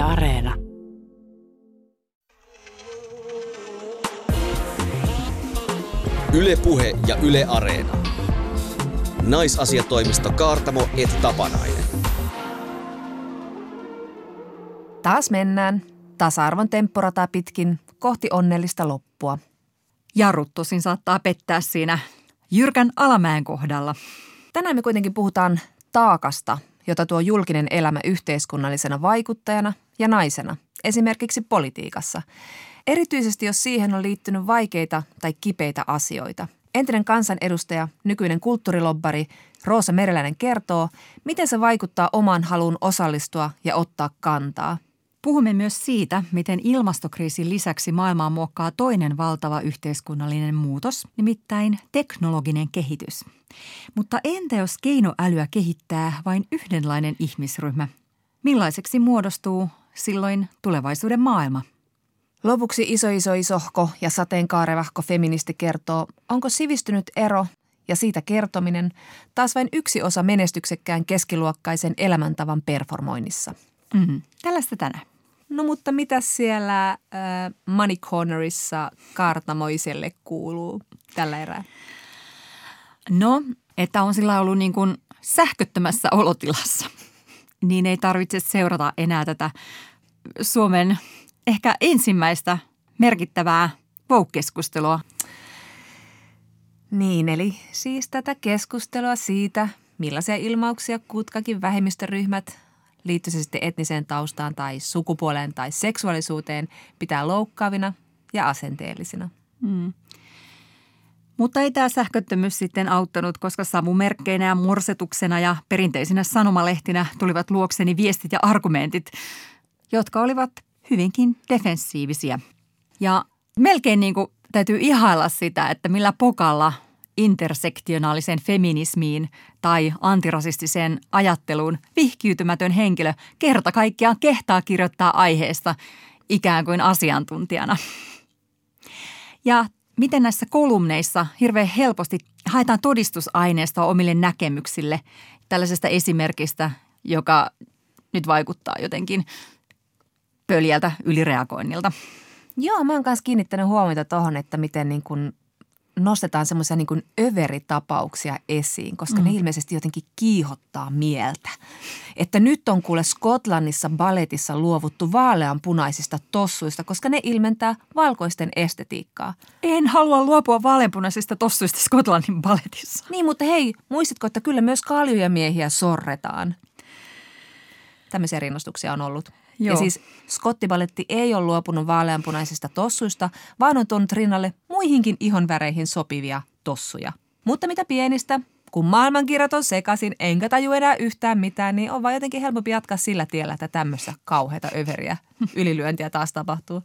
Areena. Yle Puhe ja Yle Areena. Naisasiatoimisto Kaartamo et Tapanainen. Taas mennään tasa-arvon temppurataa pitkin kohti onnellista loppua. Jarrut tosin saattaa pettää siinä jyrkän alamäen kohdalla. Tänään me kuitenkin puhutaan taakasta, jota tuo julkinen elämä yhteiskunnallisena vaikuttajana ja naisena, esimerkiksi politiikassa. Erityisesti jos siihen on liittynyt vaikeita tai kipeitä asioita. Entinen kansanedustaja, nykyinen kulttuurilobbari Roosa Mereläinen kertoo, miten se vaikuttaa omaan haluun osallistua ja ottaa kantaa. Puhumme myös siitä, miten ilmastokriisin lisäksi maailmaa muokkaa toinen valtava yhteiskunnallinen muutos, nimittäin teknologinen kehitys. Mutta entä jos keinoälyä kehittää vain yhdenlainen ihmisryhmä? Millaiseksi muodostuu silloin tulevaisuuden maailma? Lopuksi isohko ja sateenkaarevahko feministi kertoo, onko sivistynyt ero ja siitä kertominen taas vain yksi osa menestyksekkään keskiluokkaisen elämäntavan performoinnissa. Tällaista tänään. No mutta mitä siellä Money Cornerissa Kaartamoiselle kuuluu tällä erää? No, että on sillä ollut niin kuin sähköttömässä olotilassa, niin ei tarvitse seurata enää tätä Suomen ehkä ensimmäistä merkittävää Vogue-keskustelua. Niin, eli siis tätä keskustelua siitä, millaisia ilmauksia kutkakin vähemmistöryhmät, liittyy se sitten etniseen taustaan tai sukupuoleen tai seksuaalisuuteen, pitää loukkaavina ja asenteellisina. Mutta ei tämä sähköttömyys sitten auttanut, koska savumerkkeinä ja morsetuksena ja perinteisinä sanomalehtinä tulivat luokseni viestit ja argumentit, jotka olivat hyvinkin defensiivisiä. Ja melkein niin kuin täytyy ihailla sitä, että millä pokalla intersektionaaliseen feminismiin tai antirasistiseen ajatteluun vihkiytymätön henkilö kerta kaikkiaan kehtaa kirjoittaa aiheesta ikään kuin asiantuntijana. Ja miten näissä kolumneissa hirveän helposti haetaan todistusaineistoa omille näkemyksille tällaisesta esimerkistä, joka nyt vaikuttaa jotenkin pöljältä ylireagoinnilta. Joo, mä oon kanssa kiinnittänyt huomiota tuohon, että miten niin kun nostetaan semmoisia niin kuin överitapauksia esiin, koska ne ilmeisesti jotenkin kiihottaa mieltä. Että nyt on kuule Skotlannissa balletissa luovuttu vaaleanpunaisista tossuista, koska ne ilmentää valkoisten estetiikkaa. En halua luopua vaaleanpunaisista tossuista Skotlannin balletissa. Niin, mutta hei, muistatko, että kyllä myös kaljuja miehiä sorretaan? Tämmöisiä rinnastuksia on ollut. Joo. Ja siis skottibaletti ei ole luopunut vaaleanpunaisista tossuista, vaan on tuonut rinnalle muihinkin ihonväreihin sopivia tossuja. Mutta mitä pienistä, kun maailmankirjat on sekaisin enkä taju enää yhtään mitään, niin on vaan jotenkin helpompi jatkaa sillä tiellä, että tämmöistä kauheita överiä ylilyöntiä taas tapahtuu.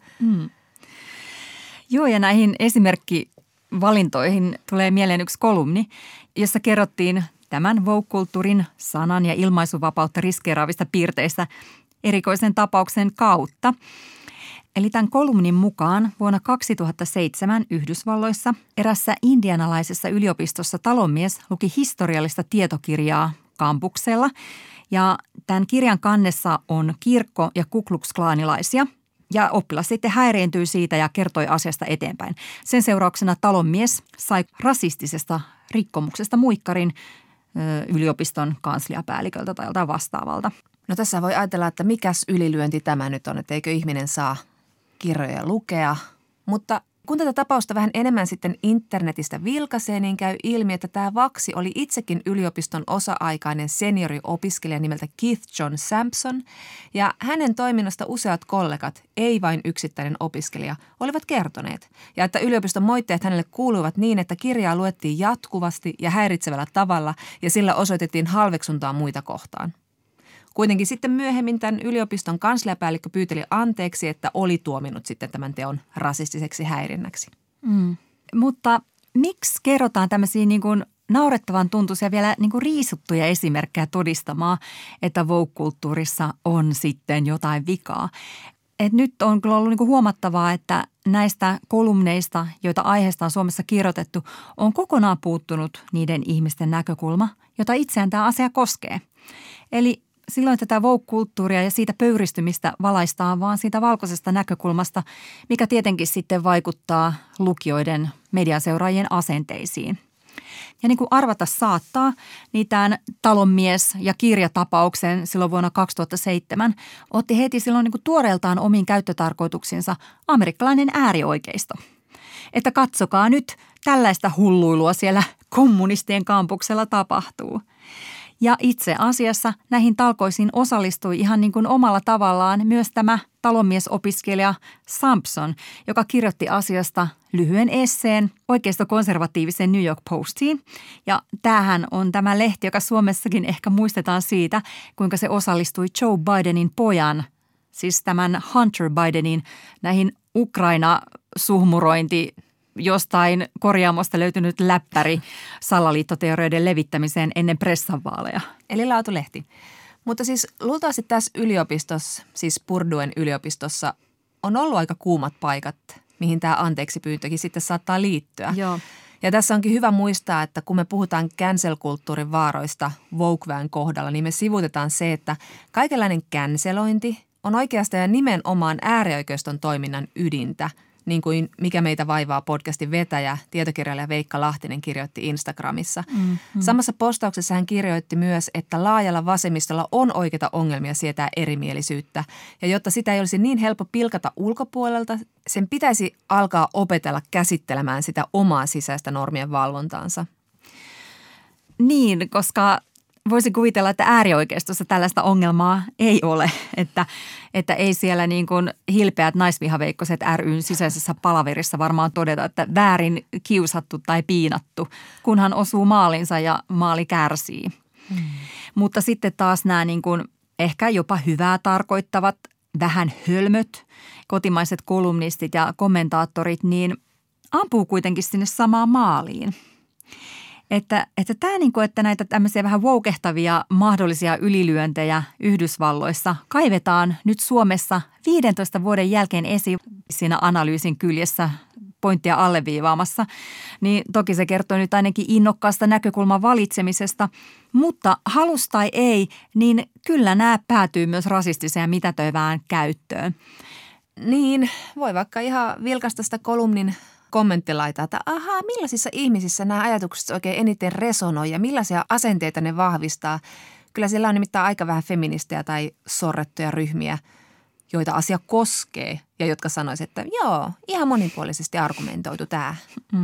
Joo, ja näihin esimerkkivalintoihin tulee mieleen yksi kolumni, jossa kerrottiin tämän Vogue-kulttuurin sanan- ja ilmaisuvapautta riskeeraavista piirteistä erikoisen tapauksen kautta. Eli tämän kolumnin mukaan vuonna 2007 Yhdysvalloissa erässä indianalaisessa yliopistossa talonmies luki historiallista tietokirjaa kampuksella. Ja tämän kirjan kannessa on kirkko- ja kukluksklaanilaisia. Ja oppilas sitten häiriintyi siitä ja kertoi asiasta eteenpäin. Sen seurauksena talonmies sai rasistisesta rikkomuksesta muikkarin yliopiston kansliapäälliköltä tai joltain vastaavalta. No tässä voi ajatella, että mikäs ylilyönti tämä nyt on, että eikö ihminen saa kirjoja lukea. Mutta kun tätä tapausta vähän enemmän sitten internetistä vilkaisee, niin käy ilmi, että tämä vaksi oli itsekin yliopiston osa-aikainen senioriopiskelija nimeltä Keith John Sampson. Ja hänen toiminnasta useat kollegat, ei vain yksittäinen opiskelija, olivat kertoneet. Ja että yliopiston moitteet hänelle kuuluivat niin, että kirjaa luettiin jatkuvasti ja häiritsevällä tavalla ja sillä osoitettiin halveksuntaa muita kohtaan. Kuitenkin sitten myöhemmin tämän yliopiston kansliapäällikkö pyyteli anteeksi, että oli tuominnut sitten tämän teon rasistiseksi häirinnäksi. Mutta miksi kerrotaan tämmöisiä niin kuin naurettavan tuntuisia vielä niin kuin riisuttuja esimerkkejä todistamaan, että Vogue-kulttuurissa on sitten jotain vikaa? Et nyt on kyllä ollut niin kuin huomattavaa, että näistä kolumneista, joita aiheesta on Suomessa kirjoitettu, on kokonaan puuttunut niiden ihmisten näkökulma, jota itseään tämä asia koskee. Eli silloin tätä woke-kulttuuria ja siitä pöyristymistä valaistaan vaan siitä valkoisesta näkökulmasta, mikä tietenkin sitten vaikuttaa lukijoiden mediaseuraajien asenteisiin. Ja niin kuin arvata saattaa, niin tämän talonmies- ja kirjatapauksen silloin vuonna 2007 otti heti silloin niin kuin tuoreeltaan omiin käyttötarkoituksinsa amerikkalainen äärioikeisto. Että katsokaa nyt, tällaista hulluilua siellä kommunistien kampuksella tapahtuu. Ja itse asiassa näihin talkoisiin osallistui ihan niin kuin omalla tavallaan myös tämä talonmiesopiskelija Sampson, joka kirjoitti asiasta lyhyen esseen oikeistokonservatiivisen New York Postiin. Ja tämähän on tämä lehti, joka Suomessakin ehkä muistetaan siitä, kuinka se osallistui Joe Bidenin pojan, siis tämän Hunter Bidenin näihin Ukraina-suhmurointi jostain korjaamosta löytynyt läppäri salaliittoteorioiden levittämiseen ennen pressanvaaleja. Eli laatulehti. Mutta siis luultavasti tässä yliopistossa, siis Purduen yliopistossa, on ollut aika kuumat paikat, mihin tämä anteeksipyyntökin sitten saattaa liittyä. Joo. Ja tässä onkin hyvä muistaa, että kun me puhutaan cancel-kulttuurin vaaroista woke-väen kohdalla, niin me sivutetaan se, että kaikenlainen cancelointi on oikeastaan ja nimenomaan äärioikeiston toiminnan ydintä, niin kuin Mikä meitä vaivaa podcastin vetäjä, tietokirjailija Veikka Lahtinen kirjoitti Instagramissa. Samassa postauksessa hän kirjoitti myös, että laajalla vasemmistolla on oikeita ongelmia sietää erimielisyyttä. Ja jotta sitä ei olisi niin helppo pilkata ulkopuolelta, sen pitäisi alkaa opetella käsittelemään sitä omaa sisäistä normien valvontaansa. Niin, koska voisi kuvitella, että äärioikeistossa tällaista ongelmaa ei ole, että ei siellä niin kuin hilpeät naisvihaveikkoset ry:n sisäisessä palaverissa varmaan todeta, että väärin kiusattu tai piinattu, kunhan osuu maalinsa ja maali kärsii. Mutta sitten taas nämä niin kuin ehkä jopa hyvää tarkoittavat vähän hölmöt kotimaiset kolumnistit ja kommentaattorit, niin ampuu kuitenkin sinne samaan maaliin. Että tämä niin kuin, että näitä tämmöisiä vähän woukehtavia mahdollisia ylilyöntejä Yhdysvalloissa kaivetaan nyt Suomessa 15 vuoden jälkeen esiin siinä analyysin kyljessä pointtia alleviivaamassa, niin toki se kertoo nyt ainakin innokkaasta näkökulman valitsemisesta, mutta halus tai ei, niin kyllä nämä päätyy myös rasistiseen ja mitätöivään käyttöön. Niin, voi vaikka ihan vilkaista sitä kolumnin kommenttilaitaa, että ahaa, millaisissa ihmisissä nämä ajatukset oikein eniten resonoi ja millaisia asenteita ne vahvistaa. Kyllä siellä on nimittäin aika vähän feministejä tai sorrettuja ryhmiä, joita asia koskee ja jotka sanoisivat, että joo, ihan monipuolisesti argumentoitu tämä.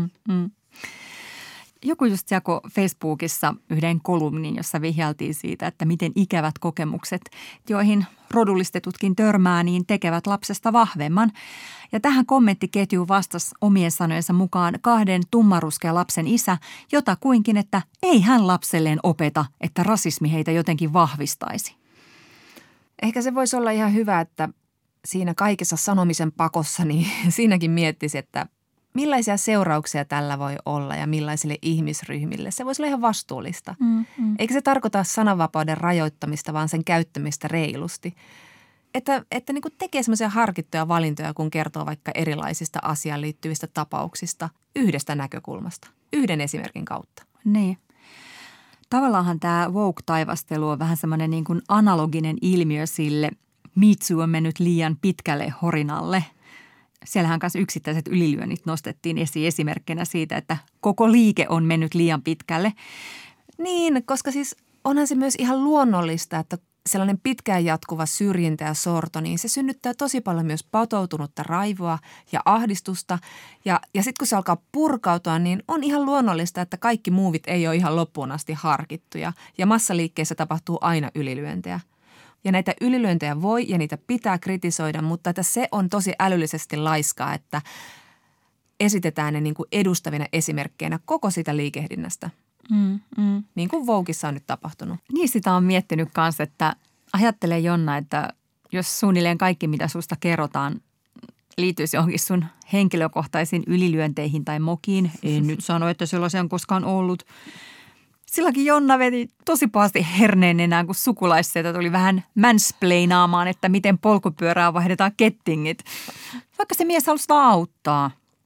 Joku just jako Facebookissa yhden kolumnin, jossa vihjailtiin siitä, että miten ikävät kokemukset, joihin rodullistetutkin törmää, niin tekevät lapsesta vahvemman. Ja tähän kommenttiketjuun vastasi omien sanojensa mukaan 2 tummaruskea lapsen isä, jota kuinkin, että ei hän lapselleen opeta, että rasismi heitä jotenkin vahvistaisi. Ehkä se voisi olla ihan hyvä, että siinä kaikessa sanomisen pakossa, niin siinäkin miettisi, että millaisia seurauksia tällä voi olla ja millaisille ihmisryhmille. Se voisi olla ihan vastuullista. Eikä se tarkoita sananvapauden rajoittamista, vaan sen käyttämistä reilusti. Että niin kuin tekee semmoisia harkittuja valintoja, kun kertoo vaikka erilaisista asiaan liittyvistä tapauksista yhdestä näkökulmasta, yhden esimerkin kautta. Niin. Tavallaanhan tämä woke-taivastelu on vähän semmoinen niin kuin analoginen ilmiö sille, Me Too on mennyt liian pitkälle horinalle. Siellähän kanssa yksittäiset ylilyönnit nostettiin esimerkkinä siitä, että koko liike on mennyt liian pitkälle. Niin, koska siis onhan se myös ihan luonnollista, että sellainen pitkään jatkuva syrjintä ja sorto, niin se synnyttää tosi paljon myös patoutunutta raivoa ja ahdistusta. Ja sitten kun se alkaa purkautua, niin on ihan luonnollista, että kaikki muuvit ei ole ihan loppuun asti harkittuja. Ja massaliikkeissä tapahtuu aina ylilyöntejä. Ja näitä ylilyöntejä voi ja niitä pitää kritisoida, mutta että se on tosi älyllisesti laiskaa, että esitetään ne niin kuin edustavina esimerkkeinä koko sitä liikehdinnästä. Niin kuin Vogueissa on nyt tapahtunut. Niin sitä on miettinyt kanssa, että ajattele Jonna, että jos suunnilleen kaikki mitä susta kerrotaan liittyisi johonkin sun henkilökohtaisiin ylilyönteihin tai mokiin. En nyt sano, että sellaisia on koskaan ollut. Silloinkin Jonna veti tosi pahasti herneen enää, kun sukulaisseita tuli vähän mansplainaamaan, että miten polkupyörää vaihdetaan kettingit. Vaikka se mies halusi vaan auttaa.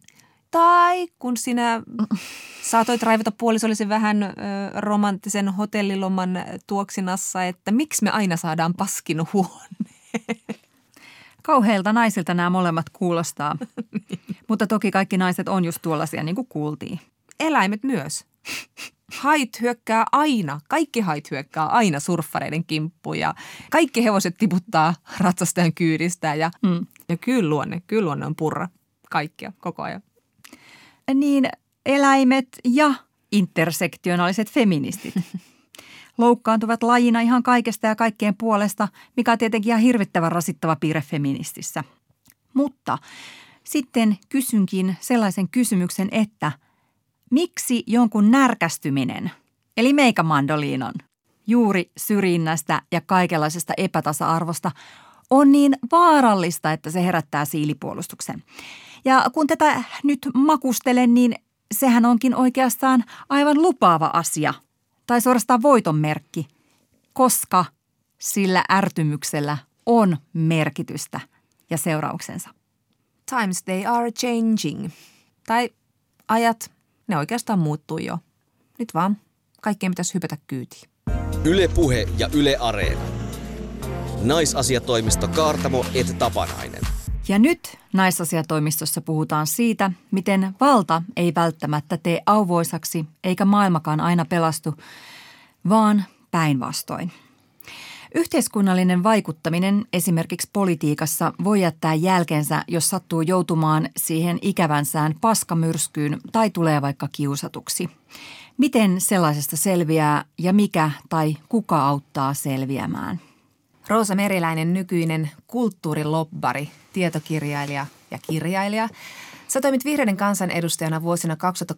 Tai kun sinä saatoit raivata puolisollisen vähän romanttisen hotelliloman tuoksinassa, että miksi me aina saadaan paskinuhuone. Kauheilta naisilta nämä molemmat kuulostaa, mutta toki kaikki naiset on just tuollaisia, niin kuin kuultiin. Eläimet myös. Hait hyökkää aina, kaikki hait hyökkää aina surffareiden kimppuun ja kaikki hevoset tiputtaa ratsastajan kyydistä ja kyynluonne on purra. Kaikkia, koko ajan. Niin eläimet ja intersektionaaliset feministit loukkaantuvat lajina ihan kaikesta ja kaikkien puolesta, mikä on tietenkin ihan hirvittävän rasittava piirre feministissä. Mutta sitten kysynkin sellaisen kysymyksen, että miksi jonkun närkästyminen, eli meikämandoliinon, juuri syrjinnästä ja kaikenlaisesta epätasa-arvosta on niin vaarallista, että se herättää siilipuolustuksen. Ja kun tätä nyt makustelen, niin sehän onkin oikeastaan aivan lupaava asia tai suorastaan voitonmerkki, koska sillä ärtymyksellä on merkitystä ja seurauksensa. Times they are changing. Tai ajat, ne oikeastaan muuttuu jo. Nyt vaan kaikkien pitäisi hypätä kyytiin. Yle Puhe ja Yle Areena. Naisasiatoimisto Kaartamo et Tapanainen. Ja nyt naisasiatoimistossa puhutaan siitä, miten valta ei välttämättä tee auvoisaksi eikä maailmakaan aina pelastu, vaan päinvastoin. Yhteiskunnallinen vaikuttaminen esimerkiksi politiikassa voi jättää jälkensä, jos sattuu joutumaan siihen ikävänsään paskamyrskyyn tai tulee vaikka kiusatuksi. Miten sellaisesta selviää ja mikä tai kuka auttaa selviämään? Roosa Meriläinen, nykyinen kulttuurilobbari, tietokirjailija ja kirjailija. Sä toimit Vihreiden kansanedustajana vuosina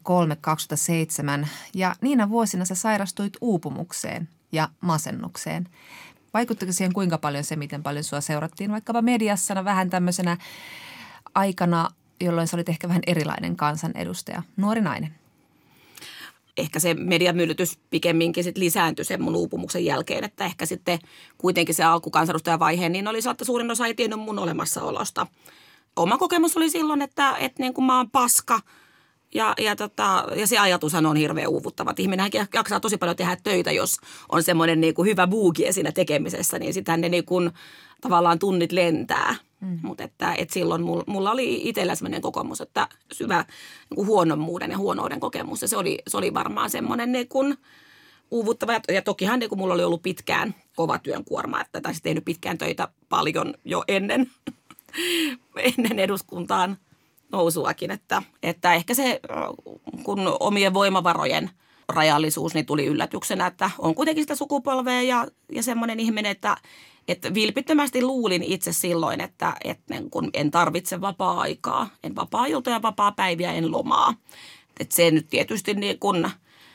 2003-2007 ja niinä vuosina sä sairastuit uupumukseen ja masennukseen. Vaikuttiko siihen kuinka paljon se, miten paljon sua seurattiin vaikkapa mediassa vähän tämmöisenä aikana, jolloin sä olit ehkä vähän erilainen kansanedustaja, nuori nainen? Ehkä se mediamyllytys pikemminkin sit lisääntyi sen mun uupumuksen jälkeen, että ehkä sitten kuitenkin se alkukansanedustajavaiheen niin oli että suurin osa ei tiennyt mun olemassaolosta. Oma kokemus oli silloin, että niin kuin mä oon paska ja se ajatushan on hirveän uuvuttava. Että ihminenhän jaksaa tosi paljon tehdä töitä, jos on semmoinen niin kuin hyvä buukie siinä tekemisessä, niin sitähän ne niin kuin tavallaan tunnit lentää. Mutta että silloin mulla oli itsellä sellainen kokemus, että syvä niin kuin huonommuuden ja huonouden kokemus. Ja se oli varmaan semmoinen niin kuin uuvuttava. Ja tokihan niin kuin mulla oli ollut pitkään kova työnkuorma, että taisi tehnyt pitkään töitä paljon jo ennen eduskuntaan nousuakin. Että ehkä se, kun omien voimavarojen rajallisuus niin tuli yllätyksenä, että on kuitenkin sitä sukupolvea ja semmoinen ihminen, että vilpittömästi luulin itse silloin, että kun en tarvitse vapaa-aikaa, en vapaa-iltoja, vapaa-päiviä, en lomaa. Että se nyt tietysti niin kun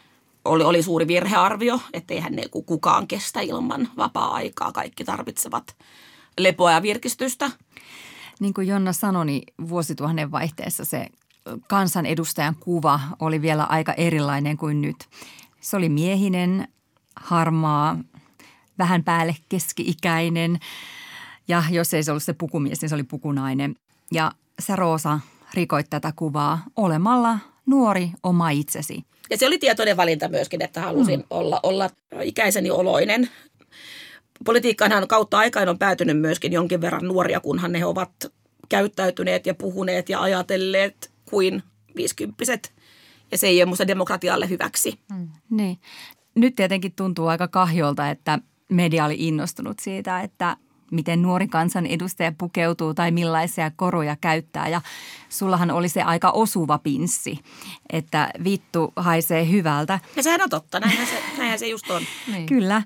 oli suuri virhearvio, että eihän niin kukaan kestä ilman vapaa-aikaa. Kaikki tarvitsevat lepoa ja virkistystä. Niin kuin Jonna sanoi, niin vuosituhannen vaihteessa se kansanedustajan kuva oli vielä aika erilainen kuin nyt. Se oli miehinen, harmaa, vähän päälle keski-ikäinen ja jos ei se ollut se pukumies, niin se oli pukunainen. Ja sä Roosa rikoit tätä kuvaa olemalla nuori oma itsesi. Ja se oli tietoinen valinta myöskin, että halusin olla ikäiseni oloinen. Politiikkaanhan kautta aikaan on päätynyt myöskin jonkin verran nuoria, kunhan ne ovat käyttäytyneet ja puhuneet ja ajatelleet kuin 50-vuotiaat. Ja se ei ole musta demokratialle hyväksi. Niin. Nyt tietenkin tuntuu aika kahjolta, että media oli innostunut siitä, että miten nuori kansanedustaja pukeutuu tai millaisia koruja käyttää. Ja sullahan oli se aika osuva pinssi, että vittu haisee hyvältä. Ja sehän on totta, näinhän se just on. Niin. Kyllä.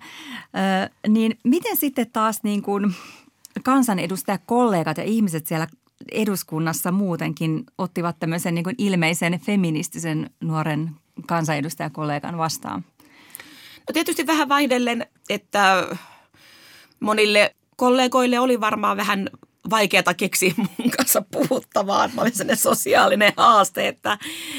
Niin miten sitten taas niin kuin kansanedustajakollegat ja ihmiset siellä eduskunnassa muutenkin ottivat tämmöisen niin kuin ilmeisen feministisen nuoren kansanedustajakollegan vastaan? No tietysti vähän vaihdellen, että monille kollegoille oli varmaan vähän vaikeata keksiä mun kanssa puhuttavaa. Mä olin sellainen sosiaalinen haaste, että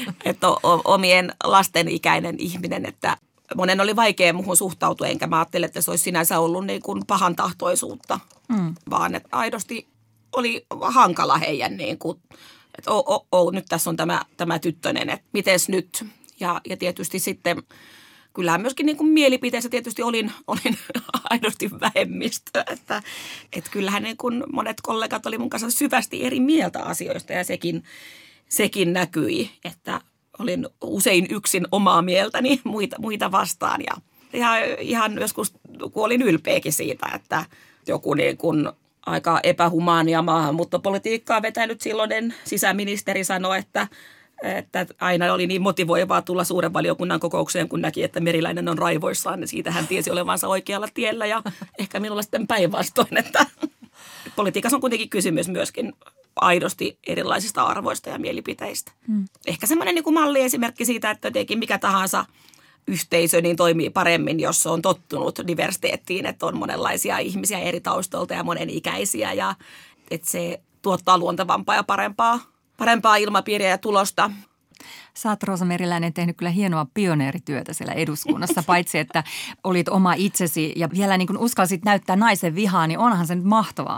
omien lasten ikäinen ihminen, että monen oli vaikea muhun suhtautua, enkä mä ajattelin, että se olisi sinänsä ollut niin kuin pahan tahtoisuutta, vaan että aidosti oli hankala heidän niin kuin että nyt tässä on tämä tyttönen, että mites nyt. Ja tietysti sitten kyllähän myöskin niin kuin mielipiteessä tietysti olin aidosti vähemmistö, että kyllähän niin kuin monet kollegat oli mun kanssa syvästi eri mieltä asioista ja sekin näkyi, että olin usein yksin omaa mieltäni muita vastaan ja ihan joskus kun olin ylpeäkin siitä, että joku niin kuin aika epähumaania maahanmuuttopolitiikkaa vetänyt silloinen sisäministeri sanoi, että aina oli niin motivoivaa tulla suuren valiokunnan kokoukseen, kun näki, että Meriläinen on raivoissaan. Niin siitä hän tiesi olevansa oikealla tiellä ja ehkä minulla sitten päinvastoin, että politiikassa on kuitenkin kysymys myöskin aidosti erilaisista arvoista ja mielipiteistä. Ehkä semmoinen niin kuin malliesimerkki siitä, että jotenkin mikä tahansa yhteisö niin toimii paremmin, jos se on tottunut diversiteettiin, että on monenlaisia ihmisiä eri taustoilta ja monenikäisiä ja että se tuottaa luontevampaa ja parempaa ilmapiiriä ja tulosta. Sä oot, Roosa Meriläinen, tehnyt kyllä hienoa pioneerityötä siellä eduskunnassa, paitsi että olit oma itsesi ja vielä niin kuin uskalsit näyttää naisen vihaa, niin onhan se nyt mahtavaa.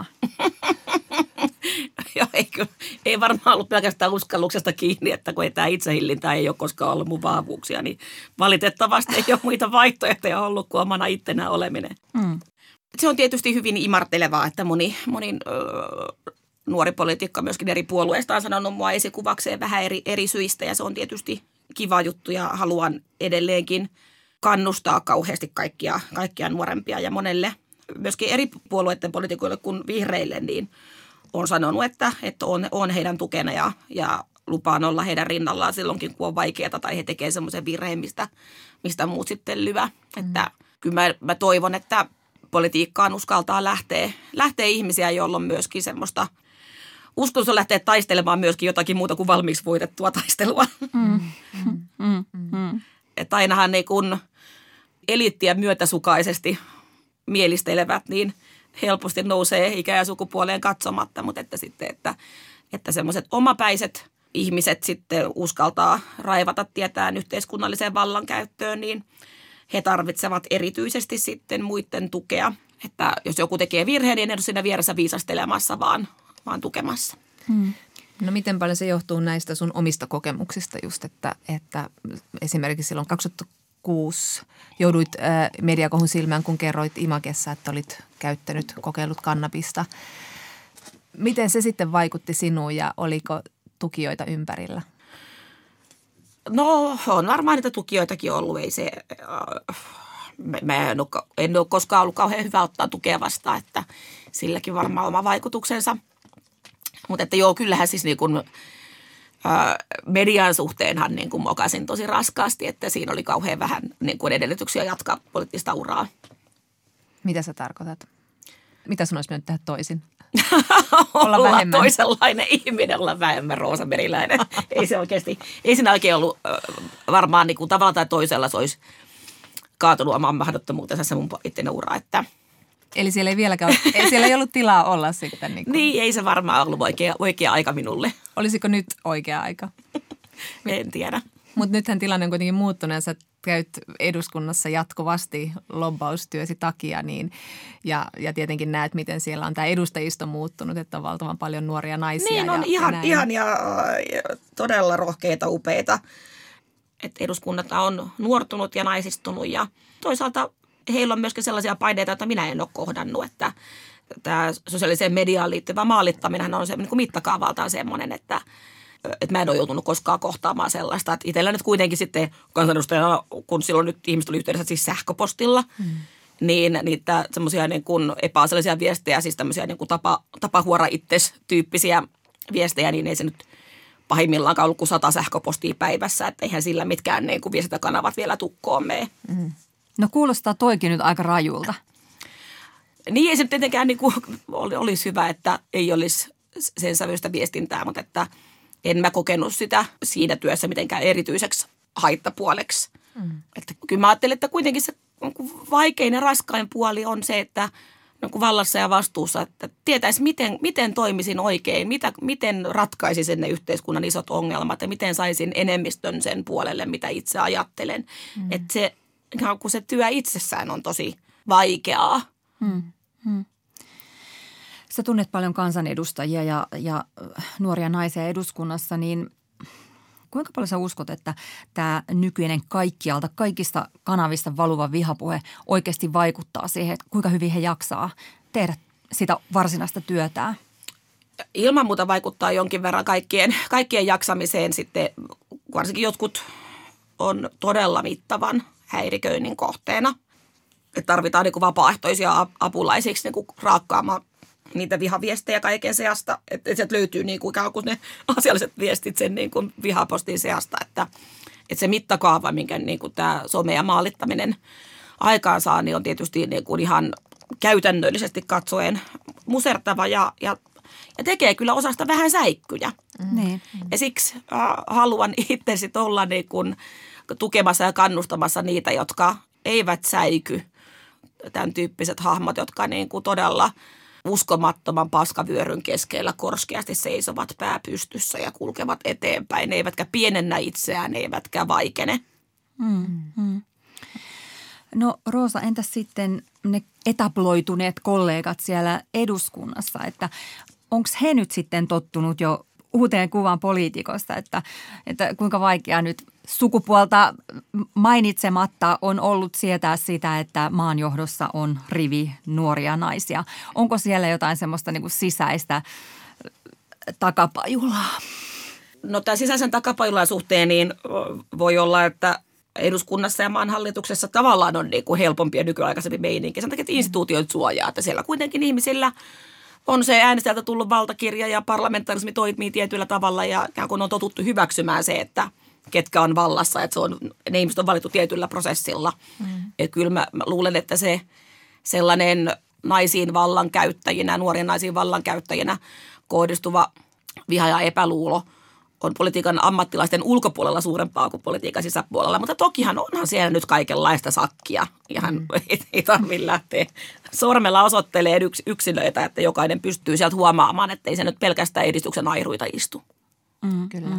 Joo, ei varmaan ollut pelkästään uskalluksesta kiinni, että kun tämä itsehillintä ei ole koskaan ollut mun vahvuuksia, niin valitettavasti ei ole muita vaihtoehtoja ollut kuin omana ittenään oleminen. Se on tietysti hyvin imartelevaa, että moni nuori poliitikko myöskin eri puolueista on sanonut mua esikuvakseen vähän eri syistä ja se on tietysti kiva juttu ja haluan edelleenkin kannustaa kauheasti kaikkia nuorempia ja monelle myöskin eri puolueiden poliitikoille kuin vihreille, niin on sanonut, että on heidän tukena ja lupaan olla heidän rinnallaan silloinkin, kun on vaikeaa tai he tekevät semmoisen virheen, mistä muut sitten lyvä. Että kyllä mä toivon, että politiikkaan uskaltaa lähteä ihmisiä, joilla on myöskin semmoista uskallusta lähteä taistelemaan myöskin jotakin muuta kuin valmiiksi voitettua taistelua. Että ainahan ne kun eliittiä myötäsukaisesti mielistelevät, niin helposti nousee ikä- ja sukupuoleen katsomatta, mutta että sitten, että semmoiset omapäiset ihmiset sitten uskaltaa raivata tietään yhteiskunnalliseen vallankäyttöön, niin he tarvitsevat erityisesti sitten muiden tukea. Että jos joku tekee virheen, niin en ole siinä vieressä viisastelemassa, vaan tukemassa. No miten paljon se johtuu näistä sun omista kokemuksista just, että esimerkiksi silloin 2006 jouduit mediakohun silmään, kun kerroit Imagessa, että olit kokeillut kannabista. Miten se sitten vaikutti sinuun ja oliko tukijoita ympärillä? No on varmaan niitä tukijoitakin ollut. Ei se, mä en ole koskaan ollut kauhean hyvä ottaa tukea vastaan, että silläkin varmaan oma vaikutuksensa. Mutta että joo, kyllähän siis niin kuin median suhteenhan niin kuin mokasin tosi raskaasti, että siinä oli kauhean vähän niin kuin edellytyksiä jatkaa poliittista uraa. Mitä sä tarkoitat? Mitä sun olisi mennyt tehdä toisin? Olla toisenlainen ihminen, olla vähemmän Roosa Meriläinen. Ei siinä oikein ollut varmaan niin kuin tavalla tai toisella se olisi kaatunut oman mahdottomuutensa se mun poliittinen ura, että eli siellä ei vieläkään siellä ei ollut tilaa olla sitten. Niin, ei se varmaan ollut oikea aika minulle. Olisiko nyt oikea aika? En tiedä. Mutta nythän tilanne on kuitenkin muuttunut ja sä käyt eduskunnassa jatkuvasti lobbaustyösi takia niin, ja tietenkin näet, miten siellä on tämä edustajisto muuttunut, että on valtavan paljon nuoria naisia. Niin, on ihan ja todella rohkeita, upeita. Että eduskunnat on nuortunut ja naisistunut ja toisaalta heillä on myöskin sellaisia paineita, joita minä en ole kohdannut, että tämä sosiaaliseen mediaan liittyvä maalittaminen on se niin kuin mittakaavaltaan semmoinen, että mä en ole joutunut koskaan kohtaamaan sellaista. Että itsellä nyt kuitenkin sitten kansanedustajana, kun silloin nyt ihmiset tuli yhteydessä siis sähköpostilla, niin niitä semmoisia niin kuin epäasiallisia viestejä, siis tämmöisiä niin kuin tapa huora itses -tyyppisiä viestejä, niin ei se nyt pahimmillaan ollut kuin 100 sähköpostia päivässä, että eihän sillä mitkään niin kuin viestintäkanavat vielä tukkoon mene. No kuulostaa toikin nyt aika rajulta. Niin ei se tietenkään niin kuin olisi hyvä, että ei olisi sen sävyistä viestintää, mutta että en mä kokenut sitä siinä työssä mitenkään erityiseksi haittapuoleksi. Että kyllä mä ajattelin, että kuitenkin se vaikein ja raskain puoli on se, että vallassa ja vastuussa, että tietäisi miten toimisin oikein, miten ratkaisisin ne yhteiskunnan isot ongelmat ja miten saisin enemmistön sen puolelle, mitä itse ajattelen. Että se, kun se työ itsessään on tosi vaikeaa. Sä tunnet paljon kansanedustajia ja nuoria naisia eduskunnassa, niin kuinka paljon sä uskot, että tämä nykyinen kaikista kanavista valuva vihapuhe oikeasti vaikuttaa siihen, että kuinka hyvin he jaksaa tehdä sitä varsinaista työtään? Ilman muuta vaikuttaa jonkin verran kaikkien jaksamiseen sitten, varsinkin jotkut on todella mittavan häiriköinnin kohteena. Että tarvitaan niin kuin vapaaehtoisia apulaisiksi niin kuin raakkaamaan niitä vihaviestejä kaiken seasta. Että sieltä löytyy niin kuin ikään kuin ne asialliset viestit sen niin kuin vihapostin seasta. Että se mittakaava, minkä niin kuin tämä some ja maalittaminen aikaansaa, niin on tietysti niin kuin ihan käytännöllisesti katsoen musertava ja tekee kyllä osasta vähän säikkyjä. Niin. Ja siksi haluan itse sitten olla niin kuin tukemassa ja kannustamassa niitä, jotka eivät säiky. Tämän tyyppiset hahmot, jotka niin kuin todella uskomattoman paskavyöryn keskellä korskeasti seisovat pää pystyssä ja kulkevat eteenpäin. Ne eivätkä pienennä itseään, eivätkä vaikene. No Roosa, entäs sitten ne etabloituneet kollegat siellä eduskunnassa, että onko he nyt sitten tottunut jo uuteen kuvaan poliitikosta, että kuinka vaikea nyt sukupuolta mainitsematta on ollut sietää sitä, että maan johdossa on rivi nuoria naisia. Onko siellä jotain semmoista niin kuin sisäistä takapajulaa? No tämän sisäisen takapajulan suhteen niin voi olla, että eduskunnassa ja maan hallituksessa tavallaan on niin kuin helpompi ja nykyaikaisempi meininki. Sen takia, että instituutiot suojaa, että siellä kuitenkin ihmisillä on se äänestäjältä tullut valtakirja ja parlamentarismi toimii tietyllä tavalla ja kun on totuttu hyväksymään se, että ketkä on vallassa, että ne ihmiset on valittu tietyllä prosessilla. Ja kyllä mä luulen, että se sellainen naisiin vallankäyttäjinä, nuorien naisiin vallankäyttäjinä kohdistuva viha ja epäluulo on politiikan ammattilaisten ulkopuolella suurempaa kuin politiikan sisäpuolella. Mutta tokihan onhan siellä nyt kaikenlaista sakkia. Ihan ei tarvitse lähteä sormella osoittelemaan yksilöitä, että jokainen pystyy sieltä huomaamaan, että ei se nyt pelkästään edistyksen airuita istu. Kyllä.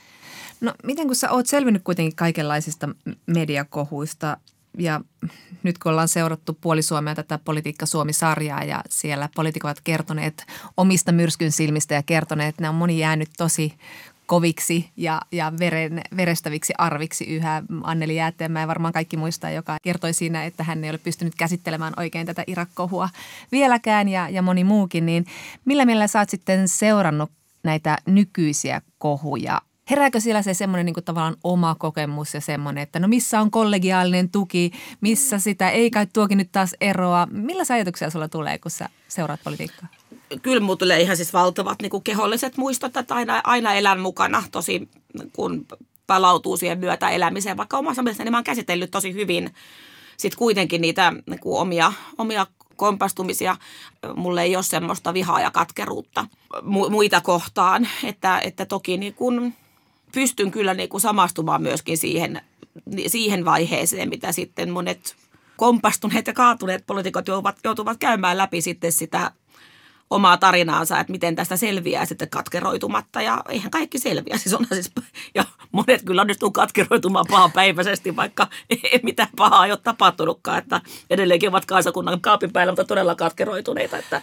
No miten kun sä oot selvinnyt kuitenkin kaikenlaisista mediakohuista ja nyt kun ollaan seurattu puoli Suomea tätä Politiikka Suomi-sarjaa ja siellä poliitikot ovat kertoneet omista myrskyn silmistä ja kertoneet, että ne on moni jäänyt tosi koviksi ja verestäviksi arviksi yhä. Anneli Jäätteenmäki varmaan kaikki muistaa, joka kertoi siinä, että hän ei ole pystynyt käsittelemään oikein tätä Irak-kohua vieläkään ja moni muukin. Niin millä sä oot sitten seurannut näitä nykyisiä kohuja? Herääkö siellä se semmoinen niin kuin tavallaan oma kokemus ja semmoinen, että no missä on kollegiaalinen tuki, missä sitä ei kai tuokin nyt taas eroa? Millaisia ajatuksia sulla tulee, kun sä seuraat politiikkaa? Kyllä mulla tulee ihan siis valtavat niin kuin keholliset muistot, että aina elän mukana tosi, kun palautuu siihen myötäelämiseen. Vaikka omassa mielestäni mä oon käsitellyt tosi hyvin sitten kuitenkin niitä niin kuin omia kompastumisia. Mulle ei ole semmoista vihaa ja katkeruutta muita kohtaan, että toki niin kuin pystyn kyllä niin kuin samastumaan myöskin siihen vaiheeseen, mitä sitten monet kompastuneet ja kaatuneet poliitikot joutuvat käymään läpi sitten sitä omaa tarinaansa, että miten tästä selviää sitten katkeroitumatta. Ja eihän kaikki selviä. Ja monet kyllä onnistuu katkeroitumaan pahanpäiväisesti, vaikka ei mitään pahaa ei ole tapahtunutkaan. Että edelleenkin ovat kansakunnan kaapin päällä, mutta todella katkeroituneita. Että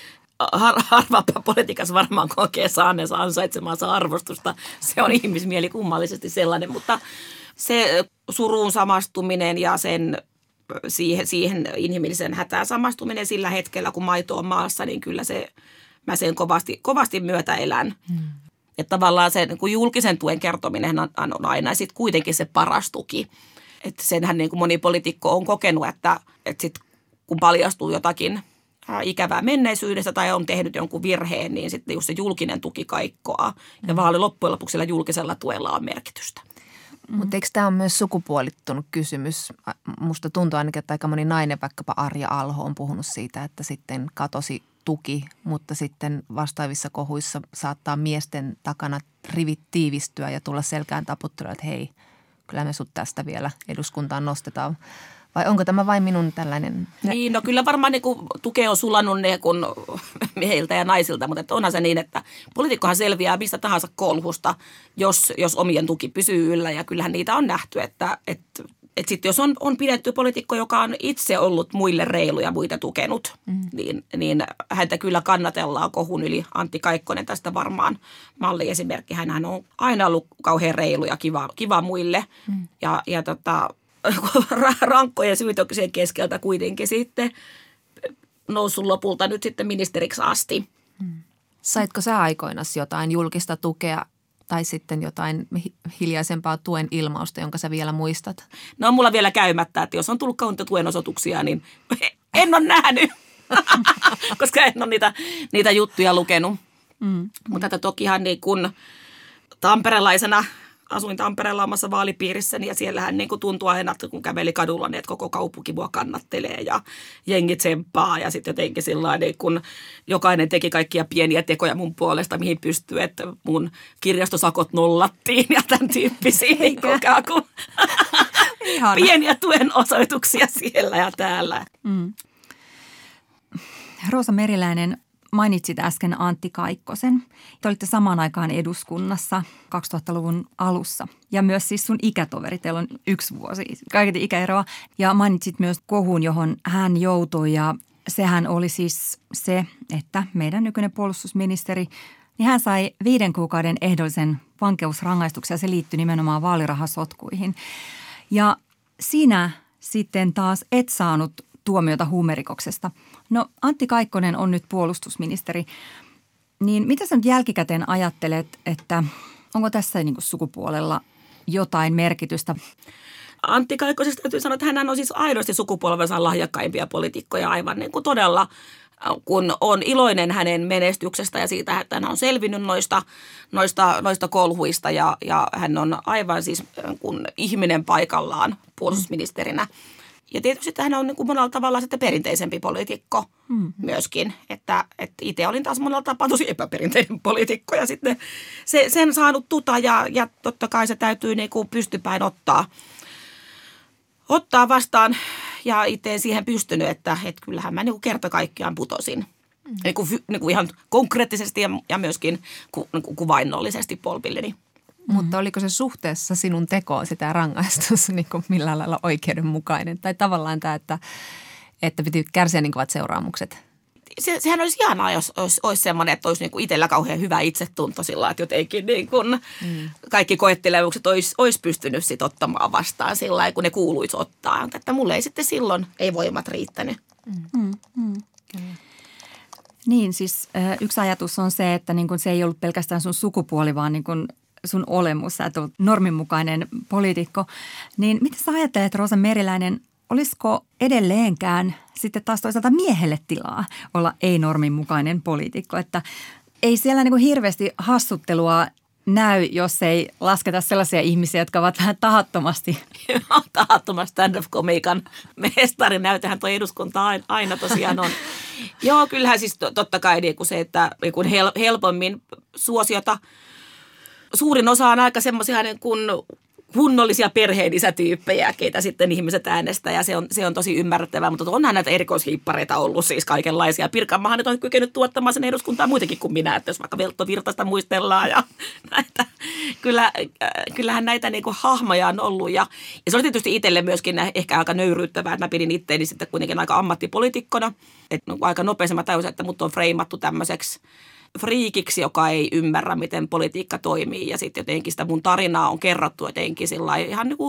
harvapa politiikassa varmaan kokee saaneensa ansaitsemaansa arvostusta. Se on ihmismieli kummallisesti sellainen, mutta se suruun samastuminen ja siihen inhimillisen hätään samastuminen sillä hetkellä, kun maito on maassa, niin kyllä mä sen kovasti myötä elän. Että tavallaan se niin kuin julkisen tuen kertominen on aina sit kuitenkin se paras tuki. Että senhän niin kuin moni poliitikko on kokenut, että sit kun paljastuu jotakin ikävää menneisyydestä tai on tehnyt jonkun virheen, niin sitten just se julkinen tuki kaikkoaa. Ja vaan loppujen lopuksi sillä julkisella tuella on merkitystä. Mutta eikö tämä ole myös sukupuolittunut kysymys? Musta tuntuu ainakin, että aika moni nainen, vaikkapa Arja Alho, on puhunut siitä, että sitten katosi tuki, mutta sitten vastaavissa kohuissa saattaa miesten takana rivit tiivistyä ja tulla selkään taputtelua, että hei, kyllä me sut tästä vielä eduskuntaan nostetaan. Vai onko tämä vain minun tällainen? Niin, no kyllä varmaan niin tukea on sulannut ne kun miehiltä ja naisilta, mutta onhan se niin, että poliitikkohan selviää mistä tahansa kolhusta, jos omien tuki pysyy yllä. Ja kyllähän niitä on nähty, että että sitten jos on pidetty poliitikko, joka on itse ollut muille reilu ja muita tukenut, niin häntä kyllä kannatellaan kohun yli. Antti Kaikkonen tästä varmaan malliesimerkki. Hänhän on aina ollut kauhean reilu ja kiva muille ja rankkojen syytöksien keskeltä kuitenkin sitten noussut lopulta nyt sitten ministeriksi asti. Saitko sä aikoinasi jotain julkista tukea tai sitten jotain hiljaisempaa tuen ilmausta, jonka sä vielä muistat? No on mulla vielä käymättä, että jos on tullut tuen osoituksia, niin en ole nähnyt, koska en ole niitä juttuja lukenut. Mutta tokihan niin kun tamperelaisena asuin Tampereella omassa vaalipiirissäni ja siellähän niin kuin tuntuu aina, että kun käveli kadulla, niin että koko kaupunki mua kannattelee ja jengi tsemppaa. Ja sitten jotenkin sillä niin kun jokainen teki kaikkia pieniä tekoja mun puolesta, mihin pystyy, että mun kirjastosakot nollattiin ja tämän tyyppisiä niin kuin pieniä tuen osoituksia siellä ja täällä. Roosa Meriläinen, mainitsit äsken Antti Kaikkosen. Te olitte samaan aikaan eduskunnassa 2000-luvun alussa. Ja myös siis sun ikätoveri, teillä on 1 vuosi, kaiketi ikäeroa. Ja mainitsit myös kohun, johon hän joutui. Ja sehän oli siis se, että meidän nykyinen puolustusministeri, niin hän sai 5 kuukauden ehdollisen vankeusrangaistuksen ja se liittyi nimenomaan vaalirahasotkuihin. Ja sinä sitten taas et saanut tuomiota huumerikoksesta. No Antti Kaikkonen on nyt puolustusministeri, niin mitä sä nyt jälkikäteen ajattelet, että onko tässä niin kuin sukupuolella jotain merkitystä? Antti Kaikkosesta täytyy sanoa, että hän on siis aidosti sukupolvensa lahjakkaimpia poliitikkoja aivan niin kuin todella, kun on iloinen hänen menestyksestä ja siitä, että hän on selvinnyt noista kolhuista ja hän on aivan siis kun ihminen paikallaan puolustusministerinä. Ja tietysti hän on niin kuin monella tavalla sitten perinteisempi poliitikko myöskin, että itse olin taas monella tapaa tosi epäperinteinen poliitikko ja sitten sen saanut ja totta kai se täytyy niin kuin pystypäin ottaa vastaan ja itse en siihen pystynyt, että kyllähän mä niin kuin kerta kaikkiaan putosin. Niin kuin ihan konkreettisesti ja myöskin kuvainnollisesti polvilleni. Mutta oliko se suhteessa sinun tekoon sitä rangaistus niin kuin millään lailla oikeudenmukainen? Tai tavallaan tämä, että piti kärsiä niin kovat seuraamukset? Sehän olisi ihanaa, jos olisi semmoinen, että olisi niin kuin itsellä kauhean hyvä itsetunto sillä, että jotenkin niin kuin kaikki koettelemukset olisi pystynyt sit ottamaan vastaan sillä, kun ne kuuluisi ottaa. Että mulle ei sitten silloin ei voimat riittänyt. Niin, siis yksi ajatus on se, että niin kuin se ei ollut pelkästään sun sukupuoli, vaan niin kuin sun olemus, sä et ollut norminmukainen poliitikko. Niin mitä sä ajattelet, Roosa Meriläinen, olisiko edelleenkään sitten taas toisaalta miehelle tilaa olla ei-norminmukainen poliitikko? Että ei siellä niin kuin hirveästi hassuttelua näy, jos ei lasketa sellaisia ihmisiä, jotka ovat vähän tahattomasti. Tahattomasti stand-up-komiikan mestarinäytehän tuo eduskunta aina tosiaan on. Joo, kyllähän siis totta kai niin kuin se, että niin helpommin suosiota. Suurin osa on aika semmoisia niin kuin kunnollisia perheenisätyyppejä, keitä sitten ihmiset äänestää ja se on tosi ymmärrettävää, mutta onhan näitä erikoishiippareita ollut siis kaikenlaisia. Pirkanmaahan nyt on kykenyt tuottamaan sen eduskuntaa muitakin kuin minä, että jos vaikka Veltto Virtasta muistellaan ja näitä, kyllähän näitä niin kuin hahmoja on ollut ja se oli tietysti itselle myöskin ehkä aika nöyryyttävää, että mä pidin itteeni sitten kuitenkin aika ammattipoliitikkona, että aika nopeasti mä tajusin, että mut on freimattu tämmöiseksi friikiksi, joka ei ymmärrä, miten politiikka toimii ja sitten jotenkin sitä mun tarinaa on kerrottu jotenkin sillä ihan niin kuin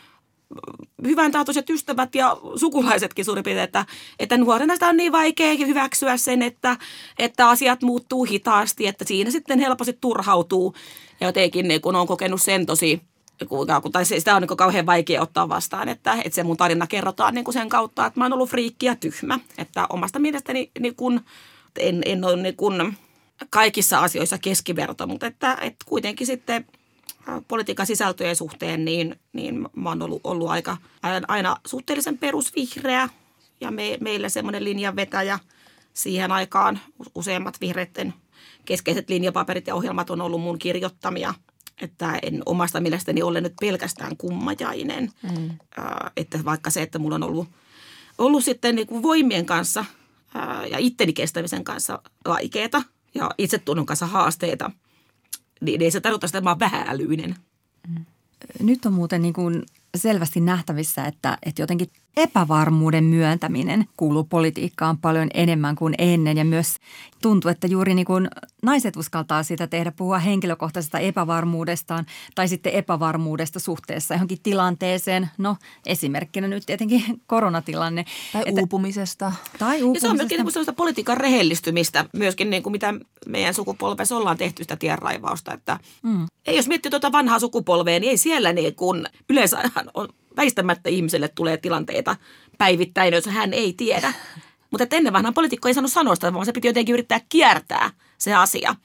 hyvän tahtoiset ystävät ja sukulaisetkin suurin piirtein, että nuorena sitä on niin vaikea hyväksyä sen, että asiat muuttuu hitaasti, että siinä sitten helposti turhautuu ja jotenkin niin kun on kokenut sen tosi, tai sitä on niin kuin kauhean vaikea ottaa vastaan, että se mun tarina kerrotaan niin kuin sen kautta, että mä oon ollut friikki ja tyhmä, että omasta mielestäni niin kun, en ole niin kun kaikissa asioissa keskiverto, mutta että kuitenkin sitten politiikan sisältöjen suhteen niin mä oon ollut aina suhteellisen perusvihreä ja meillä semmoinen linjanvetäjä siihen aikaan. Useimmat vihreiden keskeiset linjapaperit ja ohjelmat on ollut mun kirjoittamia, että en omasta mielestäni ole nyt pelkästään kummajainen. Että vaikka se, että mulla on ollut sitten niin kuin voimien kanssa ja itteni kestämisen kanssa vaikeaa ja itsetunnon kanssa haasteita, niin ei se tarkoita sitä, että mä oon vähäälyinen. Nyt on muuten niin kuin selvästi nähtävissä, että jotenkin epävarmuuden myöntäminen kuuluu politiikkaan paljon enemmän kuin ennen. Ja myös tuntuu, että juuri niin kuin naiset uskaltaa sitä tehdä, puhua henkilökohtaisesta epävarmuudestaan tai sitten epävarmuudesta suhteessa johonkin tilanteeseen. No esimerkkinä nyt tietenkin koronatilanne. Tai uupumisesta. Ja se on myöskin niin sellaista politiikan rehellistymistä myöskin, niin kuin mitä meidän sukupolvessa ollaan tehty sitä tienraivausta. Että ei, jos miettii tuota vanhaa sukupolvea, niin ei siellä niin kuin yleensä on väistämättä ihmiselle tulee tilanteita päivittäin, jos hän ei tiedä. Mutta ennen vanhaan poliitikko ei saanut sanoa sitä, vaan se piti jotenkin yrittää kiertää se asia.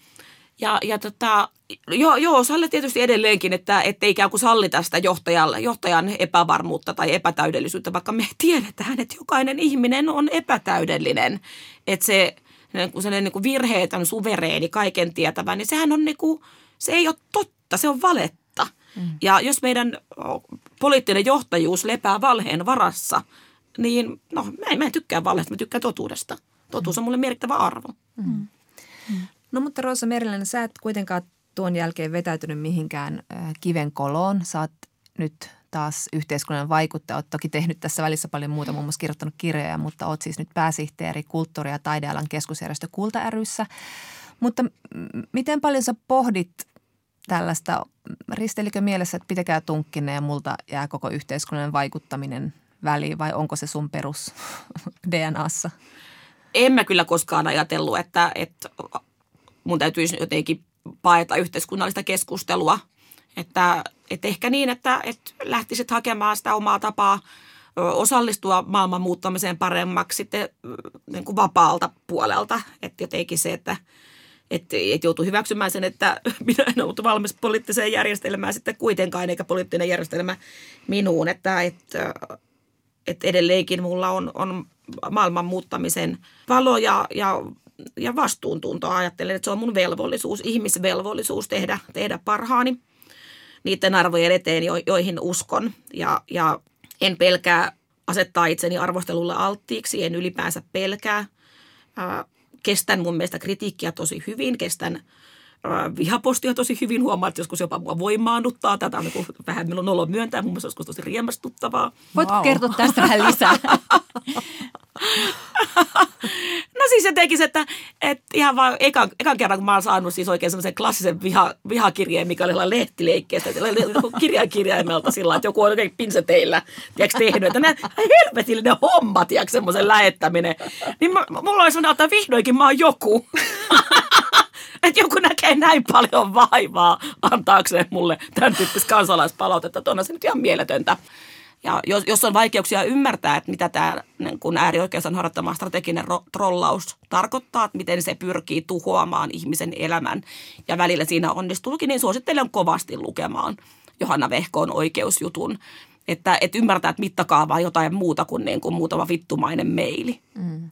Osalle tietysti edelleenkin, että ei ikään kuin sallita sitä johtajan epävarmuutta tai epätäydellisyyttä, vaikka me tiedetään, että jokainen ihminen on epätäydellinen. Että se niin kuin virheetön, suvereeni, kaiken tietävä, niin sehän on niin kuin, se ei ole totta, se on valetta. Ja jos meidän poliittinen johtajuus lepää valheen varassa, niin mä en tykkää valheesta, mä tykkään totuudesta. Totuus on mulle merkittävä arvo. No mutta Rosa Meriläinen, sä et kuitenkaan tuon jälkeen vetäytynyt mihinkään kivenkoloon. Sä oot nyt taas yhteiskunnan vaikuttaja. Oot toki tehnyt tässä välissä paljon muuta, muun muassa kirjoittanut kirjoja, mutta oot siis nyt pääsihteeri kulttuuri- ja taidealan keskusjärjestö Kulta ry:ssä. Mutta miten paljon sä pohdit tällaista, risteilikö mielessä, että pitäkää tunkkinen ja multa jää koko yhteiskunnan vaikuttaminen väliin vai onko se sun perus DNAssa? En mä kyllä koskaan ajatellut, että mun täytyisi jotenkin paeta yhteiskunnallista keskustelua. Että ehkä niin, että lähtisit hakemaan sitä omaa tapaa osallistua maailman muuttamiseen paremmaksi sitten niin kuin vapaalta puolelta. Että jotenkin se, että joutuu hyväksymään sen, että minä en ollut valmis poliittiseen järjestelmään sitten kuitenkaan, eikä poliittinen järjestelmä minuun. Että edelleenkin mulla on maailman muuttamisen valo ja vastuuntunto. Ajattelen, että se on mun velvollisuus, ihmisvelvollisuus tehdä parhaani niiden arvojen eteen, joihin uskon. Ja en pelkää asettaa itseni arvostelulle alttiiksi, en ylipäänsä pelkää. Kestän mun mielestä kritiikkiä tosi hyvin, kestän vihapostia tosi hyvin. Huomaa, että joskus jopa mua voimaannuttaa. Tätä on niin vähän minun olo myöntää, mun mielestä joskus tosi riemastuttavaa. Voitko kertoa tästä vähän lisää? No siis se tekisi, että ihan vaan ekan kerran, kun mä oon saanut siis oikein semmoisen klassisen vihakirjeen, mikä oli lehtileikkeestä, kirjaimelta sillä että joku on oikein pinseteillä, tehnyt, että nämä helvetillinen homma, semmoisen lähettäminen. Niin mulla oli sellainen, että vihdoinkin mä oon joku. Että joku näkee näin paljon vaivaa antaakseen mulle tämän tyyppistä kansalaispalautetta, että onhan se nyt ihan mieletöntä. Ja jos on vaikeuksia ymmärtää, että mitä tämä niin äärioikeuston harjoittama strateginen trollaus tarkoittaa, että miten se pyrkii tuhoamaan ihmisen elämän ja välillä siinä onnistuukin, niin suosittelen kovasti lukemaan Johanna Vehkoon oikeusjutun, että ymmärtää, että mittakaava on jotain muuta kuin, muutama vittumainen meili.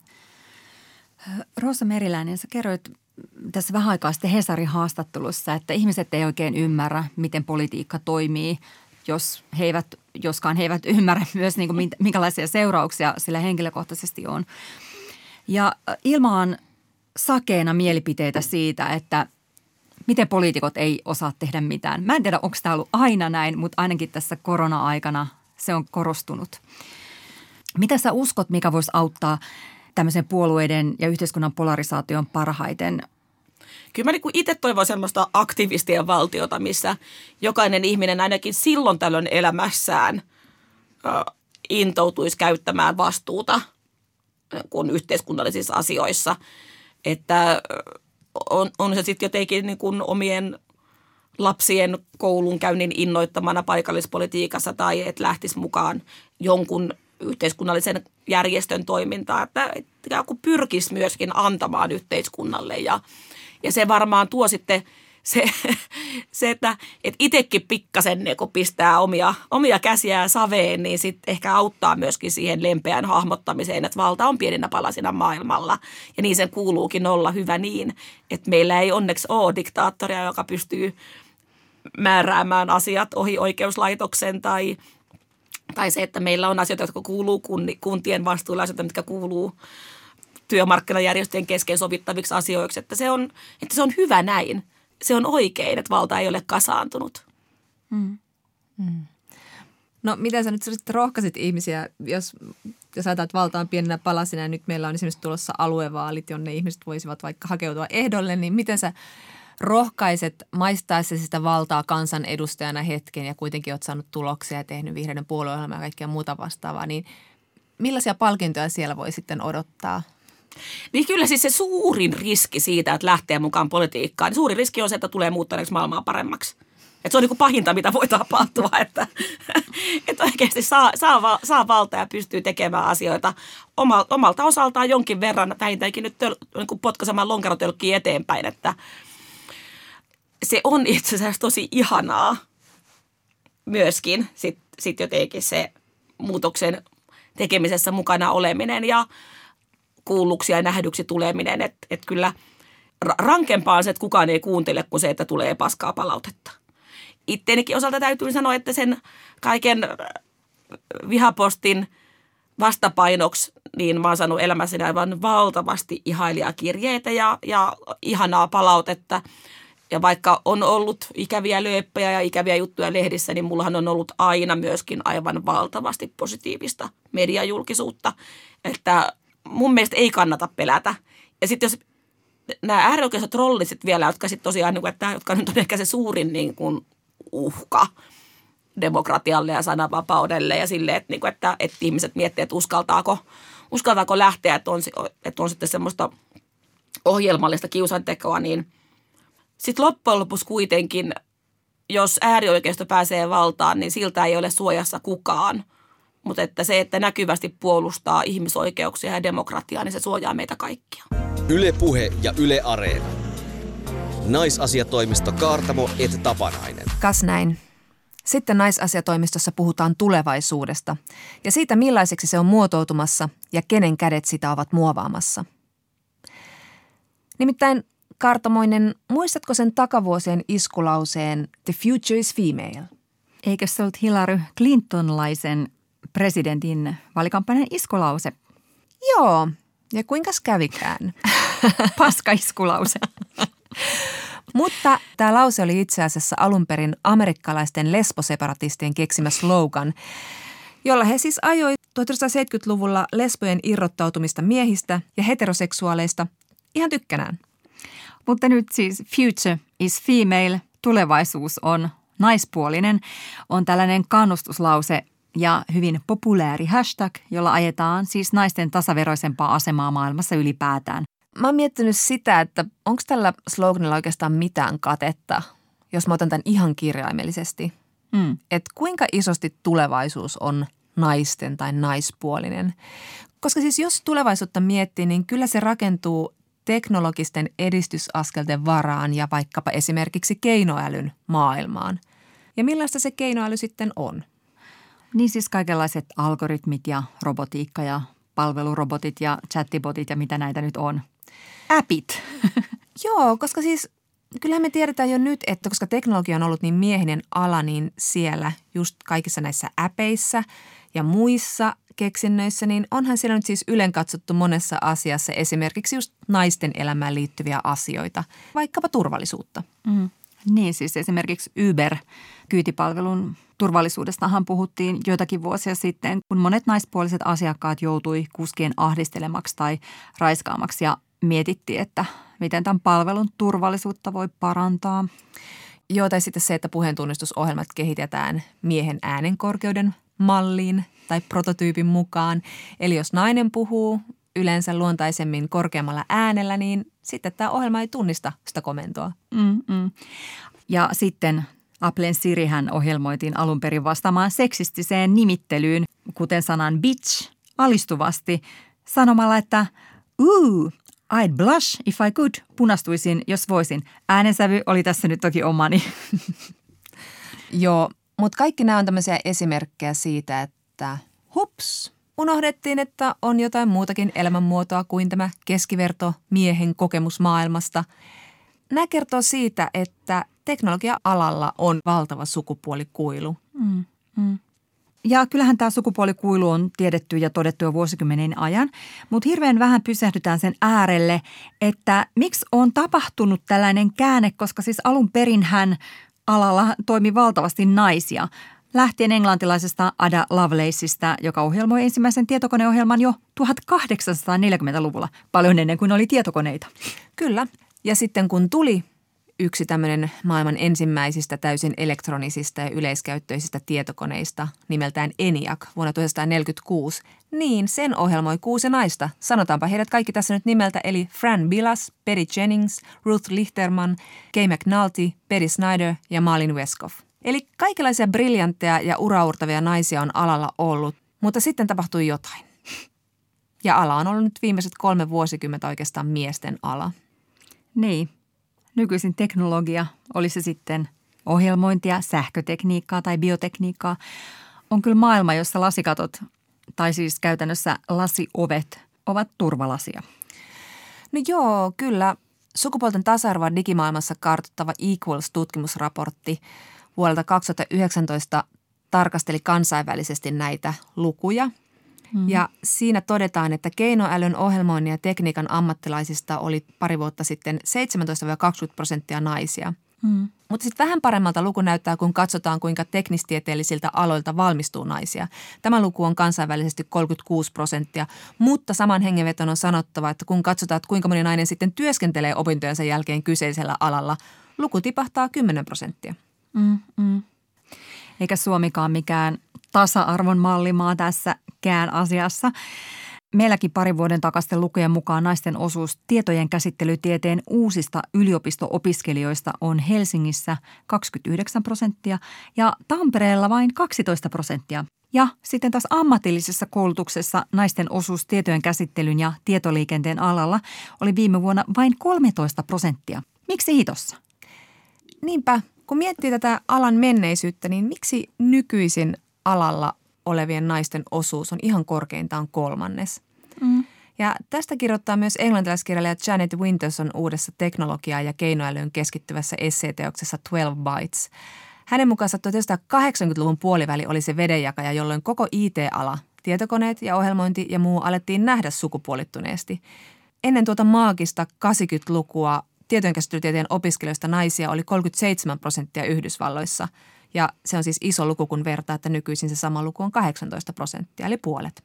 Rosa Meriläinen, sä kerroit tässä vähän aikaa sitten Hesarin haastattelussa, että ihmiset ei oikein ymmärrä, miten politiikka toimii, joskaan he eivät ymmärrä myös niin kuin minkälaisia seurauksia sillä henkilökohtaisesti on. Ja ilmaan sakeena mielipiteitä siitä, että miten poliitikot ei osaa tehdä mitään. Mä en tiedä, onko tämä ollut aina näin, mutta ainakin tässä korona-aikana se on korostunut. Mitä sä uskot, mikä voisi auttaa tämmöisen puolueiden ja yhteiskunnan polarisaation parhaiten? Kyllä mä itse toivon semmoista aktivistien valtiota, missä jokainen ihminen ainakin silloin tällöin elämässään intoutuisi käyttämään vastuuta kun yhteiskunnallisissa asioissa. Että on se sitten jotenkin niin kuin omien lapsien koulunkäynnin innoittamana paikallispolitiikassa tai että lähtisi mukaan jonkun yhteiskunnallisen järjestön toimintaa, että kun pyrkisi myöskin antamaan yhteiskunnalle ja se varmaan tuo sitten se että itsekin pikkasen kun pistää omia käsiään saveen, niin sitten ehkä auttaa myöskin siihen lempeään hahmottamiseen, että valta on pieninä palasina maailmalla. Ja niin sen kuuluukin olla hyvä niin, että meillä ei onneksi ole diktaattoria, joka pystyy määräämään asiat ohi oikeuslaitoksen tai se, että meillä on asioita, jotka kuuluu kuntien vastuulla, asioita, mitkä kuuluu työmarkkinajärjestöjen kesken sovittaviksi asioiksi. Että se on hyvä näin. Se on oikein, että valta ei ole kasaantunut. No miten sä nyt sitten rohkaisit ihmisiä, jos ajatellaan, että valta on pienenä palasina ja nyt meillä on esimerkiksi tulossa aluevaalit, jonne ihmiset voisivat vaikka hakeutua ehdolle, niin miten sä rohkaiset maistaessa sitä valtaa kansanedustajana hetken ja kuitenkin oot saanut tuloksia ja tehnyt vihreiden puolueohjelmaa ja kaikkea muuta vastaavaa, niin millaisia palkintoja siellä voi sitten odottaa? Niin kyllä siis se suurin riski siitä, että lähtee mukaan politiikkaan, niin suurin riski on se, että tulee muuttaneeksi maailmaa paremmaksi. Että se on niin kuin pahinta, mitä voi tapahtua, että oikeasti saa valtaa ja pystyy tekemään asioita omalta osaltaan jonkin verran, vähintäänkin nyt niin kuin potkaisemaan lonkerotölkkiä eteenpäin, että se on itse asiassa tosi ihanaa myöskin sit jotenkin se muutoksen tekemisessä mukana oleminen ja kuulluksi ja nähdyksi tuleminen, että kyllä rankempaa on se, että kukaan ei kuuntele kuin se, että tulee paskaa palautetta. Itteenikin osalta täytyy sanoa, että sen kaiken vihapostin vastapainoksi, niin mä oon saanut elämässäni aivan valtavasti ihailijekirjeitä ja ihanaa palautetta. Ja vaikka on ollut ikäviä lööppejä ja ikäviä juttuja lehdissä, niin mullahan on ollut aina myöskin aivan valtavasti positiivista mediajulkisuutta. Että mun mielestä ei kannata pelätä. Ja sitten jos nämä äärioikeiset trolliset vielä, jotka sitten tosiaan, jotka nyt on ehkä se suurin niin kuin uhka demokratialle ja sananvapaudelle ja sille, että ihmiset miettii, että uskaltaako lähteä, että on sitten semmoista ohjelmallista kiusantekoa, niin sitten loppujen lopuksi kuitenkin, jos äärioikeisto pääsee valtaan, niin siltä ei ole suojassa kukaan. Mutta että se, että näkyvästi puolustaa ihmisoikeuksia ja demokratiaa, niin se suojaa meitä kaikkia. Yle Puhe ja Yle Areena. Naisasiatoimisto Kaartamo et Tapanainen. Kas näin. Sitten naisasiatoimistossa puhutaan tulevaisuudesta ja siitä, millaiseksi se on muotoutumassa ja kenen kädet sitä ovat muovaamassa. Nimittäin Kaartamoinen, muistatko sen takavuosien iskulauseen The future is female? Eikö se ollut Hillary Clintonlaisen presidentin vaalikampanjan iskulause? Joo, ja kuinkas kävikään? Paska-iskulause. Mutta tämä lause oli itse asiassa alun perin amerikkalaisten lesboseparatistien keksimä slogan, jolla he siis ajoi 1970-luvulla lesbojen irrottautumista miehistä ja heteroseksuaaleista ihan tykkänään. Mutta nyt siis future is female, tulevaisuus on naispuolinen, on tällainen kannustuslause ja hyvin populääri hashtag, jolla ajetaan siis naisten tasaveroisempaa asemaa maailmassa ylipäätään. Mä oon miettinyt sitä, että onko tällä sloganilla oikeastaan mitään katetta, jos mä otan tämän ihan kirjaimellisesti. Että kuinka isosti tulevaisuus on naisten tai naispuolinen. Koska siis jos tulevaisuutta miettii, niin kyllä se rakentuu teknologisten edistysaskelten varaan ja vaikkapa esimerkiksi keinoälyn maailmaan. Ja millaista se keinoäly sitten on? Niin siis kaikenlaiset algoritmit ja robotiikka ja palvelurobotit ja chattibotit ja mitä näitä nyt on. Appit. Joo, koska siis kyllähän me tiedetään jo nyt, että koska teknologia on ollut niin miehinen ala, niin siellä just kaikissa näissä äpeissa ja muissa keksinnöissä, niin onhan siellä nyt siis ylenkatsottu monessa asiassa esimerkiksi just naisten elämään liittyviä asioita, vaikkapa turvallisuutta. Niin siis esimerkiksi Uber-kyytipalvelun turvallisuudestahan puhuttiin joitakin vuosia sitten, kun monet naispuoliset asiakkaat joutui kuskien ahdistelemaksi tai raiskaamaksi ja mietittiin, että miten tämän palvelun turvallisuutta voi parantaa. Joo, tai sitten se, että puheentunnistusohjelmat kehitetään miehen äänenkorkeuden malliin tai prototyypin mukaan. Eli jos nainen puhuu yleensä luontaisemmin korkeammalla äänellä, niin sitten tämä ohjelma ei tunnista sitä komentoa. Ja sitten Applen Sirihän ohjelmoitiin alun perin vastaamaan seksistiseen nimittelyyn, kuten sanan bitch, alistuvasti, sanomalla, että I'd blush if I could, punastuisin, jos voisin. Äänensävy oli tässä nyt toki omani. Joo, mutta kaikki nämä on tämmöisiä esimerkkejä siitä, että hups, unohdettiin, että on jotain muutakin elämänmuotoa kuin tämä keskiverto miehen kokemus maailmasta. Nämä kertoo siitä, että teknologia-alalla on valtava sukupuolikuilu. Ja kyllähän tämä sukupuolikuilu on tiedetty ja todettu jo vuosikymmenen ajan, mutta hirveän vähän pysähdytään sen äärelle, että miksi on tapahtunut tällainen käänne, koska siis alun perinhän alalla toimi valtavasti naisia. lähtien englantilaisesta Ada Lovelaceista, joka ohjelmoi ensimmäisen tietokoneohjelman jo 1840-luvulla, paljon ennen kuin oli tietokoneita. Kyllä. Ja sitten kun tuli yksi tämmöinen maailman ensimmäisistä täysin elektronisista ja yleiskäyttöisistä tietokoneista nimeltään ENIAC vuonna 1946, niin sen ohjelmoi 6 naista. Sanotaanpa heidät kaikki tässä nyt nimeltä, eli Fran Bilas, Perry Jennings, Ruth Lichterman, Kay McNulty, Betty Snyder ja Marlin Weskoff. Eli kaikenlaisia briljantteja ja uraurtavia naisia on alalla ollut, mutta sitten tapahtui jotain. Ja ala on ollut nyt viimeiset 3 vuosikymmentä oikeastaan miesten ala. Niin. Nykyisin teknologia, oli se sitten ohjelmointia, sähkötekniikkaa tai biotekniikkaa, on kyllä maailma, jossa lasikatot, tai siis käytännössä lasiovet, ovat turvalasia. No joo, kyllä. Sukupuolten tasa-arvoa digimaailmassa kartoittava Equals-tutkimusraportti vuodelta 2019 tarkasteli kansainvälisesti näitä lukuja. Ja siinä todetaan, että keinoälyn, ohjelmoinnin ja tekniikan ammattilaisista oli pari vuotta sitten 17-20% naisia. Mutta sitten vähän paremmalta luku näyttää, kun katsotaan, kuinka teknistieteellisiltä aloilta valmistuu naisia. Tämä luku on kansainvälisesti 36%, mutta saman hengenveton on sanottava, että kun katsotaan, että kuinka moni nainen sitten työskentelee opintojensa jälkeen kyseisellä alalla, luku tipahtaa 10%. Eikä Suomikaan mikään tasa-arvon mallimaa tässäkään asiassa. Meilläkin parin vuoden takaisten lukujen mukaan naisten osuus tietojen käsittelytieteen uusista yliopisto-opiskelijoista on Helsingissä 29% ja Tampereella vain 12%. Ja sitten taas ammatillisessa koulutuksessa naisten osuus tietojen käsittelyn ja tietoliikenteen alalla oli viime vuonna vain 13%. Miksi hitossa? Niinpä, kun miettii tätä alan menneisyyttä, niin miksi nykyisin alalla olevien naisten osuus on ihan korkeintaan 1/3? Ja tästä kirjoittaa myös englantilaiskirjailija Janet Winterson uudessa teknologiaa ja keinoälyyn keskittyvässä esseeteoksessa 12 Bytes. Hänen mukaansa 1980-luvun puoliväli oli se vedenjakaja, jolloin koko IT-ala, tietokoneet ja ohjelmointi ja muu alettiin nähdä sukupuolittuneesti. Ennen tuota maagista 80-lukua tietojenkäsittelytieteen opiskelijoista naisia oli 37% Yhdysvalloissa. Ja se on siis iso luku, kun vertaa, että nykyisin se sama luku on 18%, eli puolet.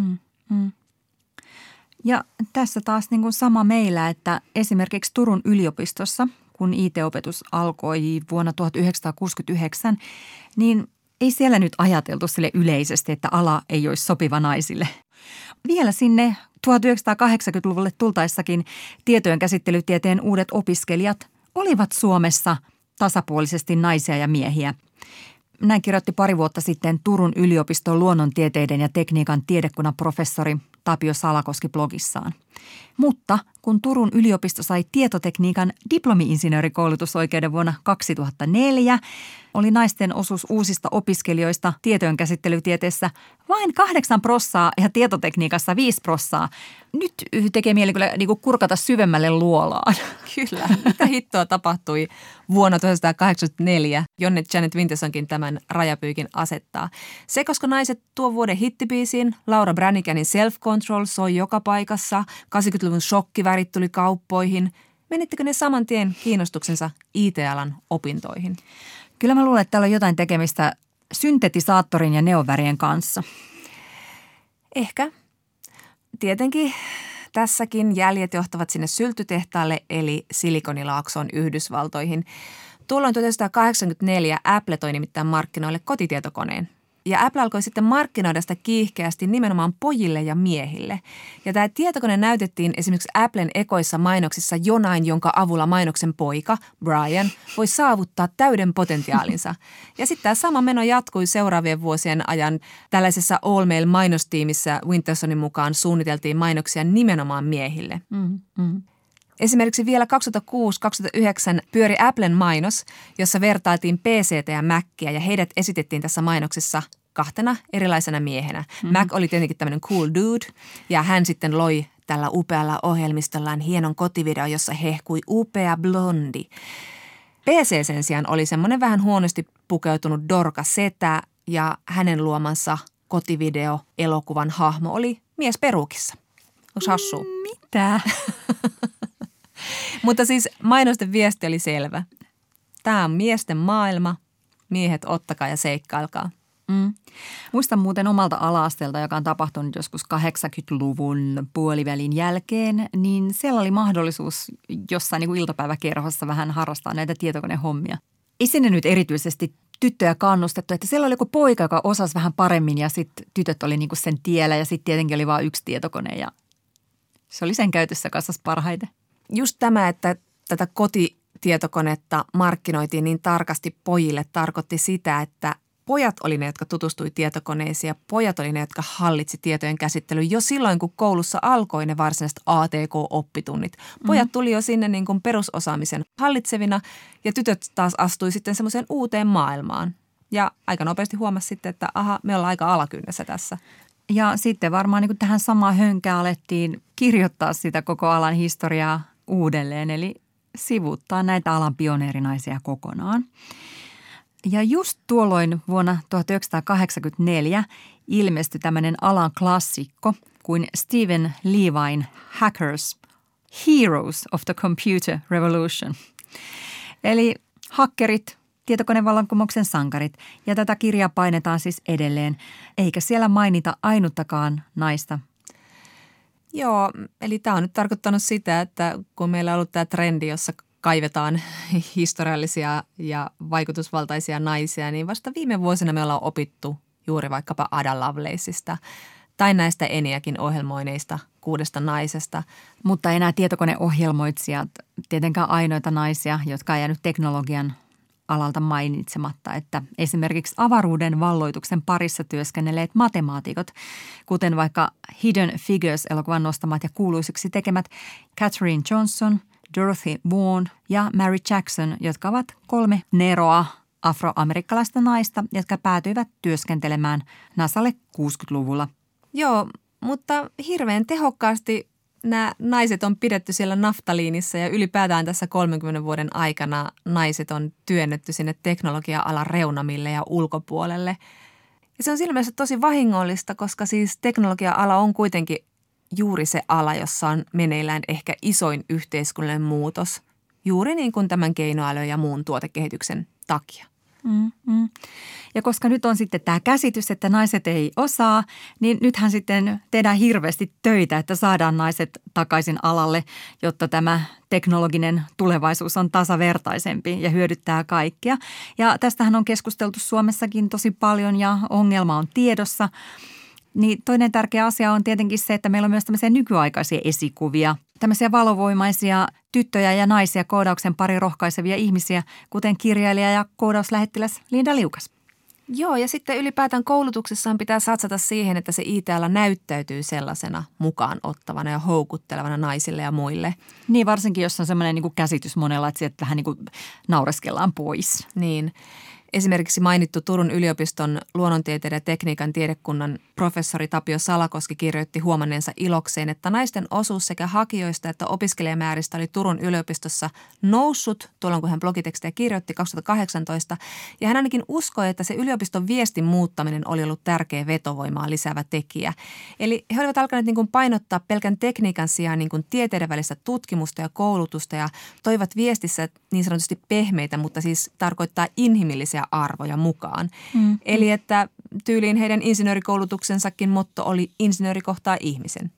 Ja tässä taas niin kuin sama meillä, että esimerkiksi Turun yliopistossa, kun IT-opetus alkoi vuonna 1969, niin ei siellä nyt ajateltu sille yleisesti, että ala ei olisi sopiva naisille. Vielä sinne 1980-luvulle tultaessakin tietojen käsittelytieteen uudet opiskelijat olivat Suomessa tasapuolisesti naisia ja miehiä. Näin kirjoitti pari vuotta sitten Turun yliopiston luonnontieteiden ja tekniikan tiedekunnan professori Tapio Salakoski blogissaan. Mutta kun Turun yliopisto sai tietotekniikan diplomi-insinöörikoulutusoikeuden vuonna 2004, oli naisten osuus uusista opiskelijoista tietojen käsittelytieteessä vain 8% ja tietotekniikassa 5%. Nyt tekee mieli kyllä niin kurkata syvemmälle luolaan. Kyllä. Mitä hittoa tapahtui vuonna 1984, jonne Janet Wintersonkin tämän rajapyykin asettaa? Se, koska naiset tuon vuoden hittibiisiin, Laura Braniganin Self Control soi joka paikassa, 80-luvun shokkivärit tuli kauppoihin. Menittekö ne saman tien kiinnostuksensa IT-alan opintoihin? Kyllä mä luulen, että täällä on jotain tekemistä syntetisaattorin ja neonvärien kanssa. Ehkä. Tietenkin tässäkin jäljet johtavat sinne syltytehtaalle eli Silikonilaaksoon Yhdysvaltoihin. Tuolloin 1984 Apple toi nimittäin markkinoille kotitietokoneen. Ja Apple alkoi sitten markkinoida sitä kiihkeästi nimenomaan pojille ja miehille. Ja tämä tietokone näytettiin esimerkiksi Applen ekoissa mainoksissa jonain, jonka avulla mainoksen poika, Brian, voi saavuttaa täyden potentiaalinsa. Ja sitten tämä sama meno jatkui seuraavien vuosien ajan. Tällaisessa all-mail-mainostiimissä Wintersonin mukaan suunniteltiin mainoksia nimenomaan miehille. Esimerkiksi vielä 2006-2009 pyöri Applen mainos, jossa vertailtiin PC:tä ja Macia ja heidät esitettiin tässä mainoksessa 2 erilaisena miehenä. Mac oli tietenkin tämmöinen cool dude ja hän sitten loi tällä upealla ohjelmistollaan hienon kotivideo, jossa hehkui upea blondi. PC sen sijaan oli semmoinen vähän huonosti pukeutunut dorka setä ja hänen luomansa kotivideo-elokuvan hahmo oli mies perukissa. Onko hassua? Mitä? Mutta siis mainosten viesti oli selvä. Tämä on miesten maailma. Miehet, ottakaa ja seikkailkaa. Muistan muuten omalta ala-asteelta, joka on tapahtunut joskus 80-luvun puolivälin jälkeen, niin siellä oli mahdollisuus jossain niin kuin iltapäiväkerhossa vähän harrastaa näitä tietokonehommia. Ei sinne nyt erityisesti tyttöjä kannustettu, että siellä oli joku poika, joka osasi vähän paremmin ja sitten tytöt oli niin kuin sen tiellä ja sitten tietenkin oli vain yksi tietokone ja se oli sen käytössä kassassa parhaiten. Just tämä, että tätä kotitietokonetta markkinoitiin niin tarkasti pojille, tarkoitti sitä, että pojat oli ne, jotka tutustui tietokoneisiin ja pojat oli ne, jotka hallitsi tietojen käsittelyyn jo silloin, kun koulussa alkoi ne varsinaiset ATK-oppitunnit. Pojat tuli jo sinne niin kuin perusosaamisen hallitsevina ja tytöt taas astui sitten semmoiseen uuteen maailmaan. Ja aika nopeasti huomasi sitten, että aha, me ollaan aika alakynnessä tässä. Ja sitten varmaan niin kuin tähän samaan hönkään alettiin kirjoittaa sitä koko alan historiaa uudelleen, eli sivuuttaa näitä alan pioneerinaisia kokonaan. Ja just tuolloin vuonna 1984 ilmestyi tämmöinen alan klassikko kuin Stephen Levine Hackers, Heroes of the Computer Revolution. Eli hakkerit, tietokonevallankumouksen sankarit. Ja tätä kirjaa painetaan siis edelleen, eikä siellä mainita ainuttakaan naista. Joo, eli tämä on nyt tarkoittanut sitä, että kun meillä on ollut tämä trendi, jossa kaivetaan historiallisia ja vaikutusvaltaisia naisia, niin vasta viime vuosina me ollaan opittu juuri vaikkapa Ada Lovelaceista tai näistä Eniakin ohjelmoineista 6 naisesta. Mutta enää tietokoneohjelmoitsijat, tietenkään ainoita naisia, jotka on jäänyt teknologian alalta mainitsematta, että esimerkiksi avaruuden valloituksen parissa työskennelleet matemaatikot, kuten vaikka Hidden Figures-elokuvan nostamat ja kuuluisiksi tekemät Katherine Johnson, Dorothy Vaughan ja Mary Jackson, jotka ovat 3 neroa afroamerikkalaista naista, jotka päätyivät työskentelemään NASAlle 60-luvulla. Joo, mutta hirveän tehokkaasti nämä naiset on pidetty siellä naftaliinissa ja ylipäätään tässä 30 vuoden aikana naiset on työnnetty sinne teknologia-alan reunamille ja ulkopuolelle. Ja se on siinä mielessä tosi vahingollista, koska siis teknologia-ala on kuitenkin juuri se ala, jossa on meneillään ehkä isoin yhteiskunnallinen muutos, juuri niin kuin tämän keinoälyn ja muun tuotekehityksen takia. Ja koska nyt on sitten tämä käsitys, että naiset ei osaa, niin nythän sitten tehdään hirveästi töitä, että saadaan naiset takaisin alalle, jotta tämä teknologinen tulevaisuus on tasavertaisempi ja hyödyttää kaikkia. Ja tästähän on keskusteltu Suomessakin tosi paljon ja ongelma on tiedossa. Niin toinen tärkeä asia on tietenkin se, että meillä on myös tämmöisiä nykyaikaisia esikuvia, tämmöisiä valovoimaisia tyttöjä ja naisia, koodauksen pari rohkaisevia ihmisiä, kuten kirjailija ja koodauslähettiläs Linda Liukas. Joo, ja sitten ylipäätään koulutuksessaan pitää satsata siihen, että se IT-ala näyttäytyy sellaisena mukaan ottavana ja houkuttelevana naisille ja muille. Niin, varsinkin jos on semmoinen niin kuin käsitys monella, että sieltä vähän niin kuin naureskellaan pois. Niin. Esimerkiksi mainittu Turun yliopiston luonnontieteiden ja tekniikan tiedekunnan professori Tapio Salakoski kirjoitti huomanneensa ilokseen, että naisten osuus sekä hakijoista että opiskelijamääristä oli Turun yliopistossa noussut tuolloin, kun hän blogitekstejä kirjoitti 2018. Ja hän ainakin uskoi, että se yliopiston viestin muuttaminen oli ollut tärkeä vetovoimaa lisäävä tekijä. Eli he olivat alkaneet niin kuin painottaa pelkän tekniikan sijaan niin kuin tieteiden välistä tutkimusta ja koulutusta ja toivat viestissä niin sanotusti pehmeitä, mutta siis tarkoittaa inhimillisiä arvoja mukaan. Eli että tyyliin heidän insinöörikoulutuksensakin motto oli insinööri kohtaa ihmisen.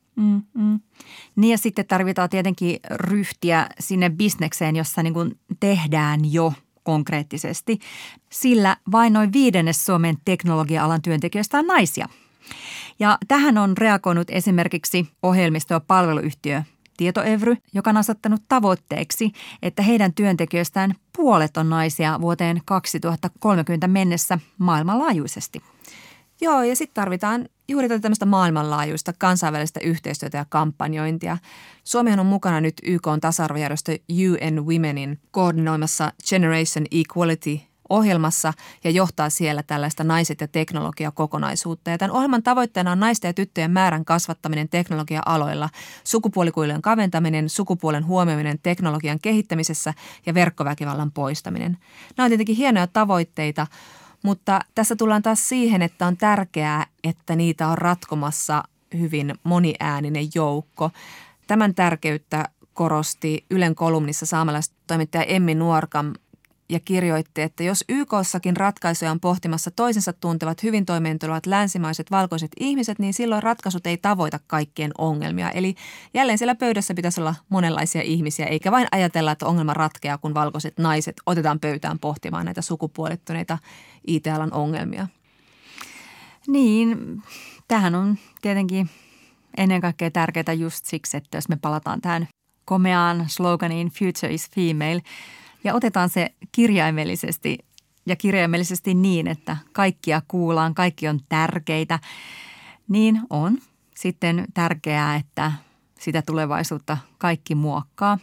Niin ja sitten tarvitaan tietenkin ryhtiä sinne bisnekseen, jossa niin kuin tehdään jo konkreettisesti, sillä vain noin 1/5 Suomen teknologia-alan työntekijöistä on naisia. Ja tähän on reagoinut esimerkiksi ohjelmisto- ja palveluyhtiö Tietoevry, joka on asettanut tavoitteeksi, että heidän työntekijöistään puolet on naisia vuoteen 2030 mennessä maailmanlaajuisesti. Joo, ja sitten tarvitaan juuri tätä tämmöistä maailmanlaajuista kansainvälistä yhteistyötä ja kampanjointia. Suomihan on mukana nyt YK:n tasa-arvojärjestö UN Womenin koordinoimassa Generation Equality ohjelmassa ja johtaa siellä tällaista naiset ja teknologia kokonaisuutta. Ja tämän ohjelman tavoitteena on naisten ja tyttöjen määrän kasvattaminen teknologia-aloilla, sukupuolikuilujen kaventaminen, sukupuolen huomioiminen teknologian kehittämisessä ja verkkoväkivallan poistaminen. Nämä on tietenkin hienoja tavoitteita, mutta tässä tullaan taas siihen, että on tärkeää, että niitä on ratkomassa hyvin moniääninen joukko. Tämän tärkeyttä korosti Ylen kolumnissa saamelaistoimittaja Emmi Nuorkam ja kirjoitti, että jos YK:ssakin ratkaisuja on pohtimassa toisensa tuntevat hyvin toimeentulevat länsimaiset valkoiset ihmiset, niin silloin ratkaisut ei tavoita kaikkien ongelmia. Eli jälleen siellä pöydässä pitäisi olla monenlaisia ihmisiä, eikä vain ajatella, että ongelma ratkeaa, kun valkoiset naiset otetaan pöytään pohtimaan näitä sukupuolittuneita IT-alan ongelmia. Niin, tämähän on tietenkin ennen kaikkea tärkeää just siksi, että jos me palataan tähän komeaan sloganiin Future is Female ja otetaan se kirjaimellisesti niin, että kaikkia kuullaan, kaikki on tärkeitä, niin on sitten tärkeää, että sitä tulevaisuutta kaikki muokkaa.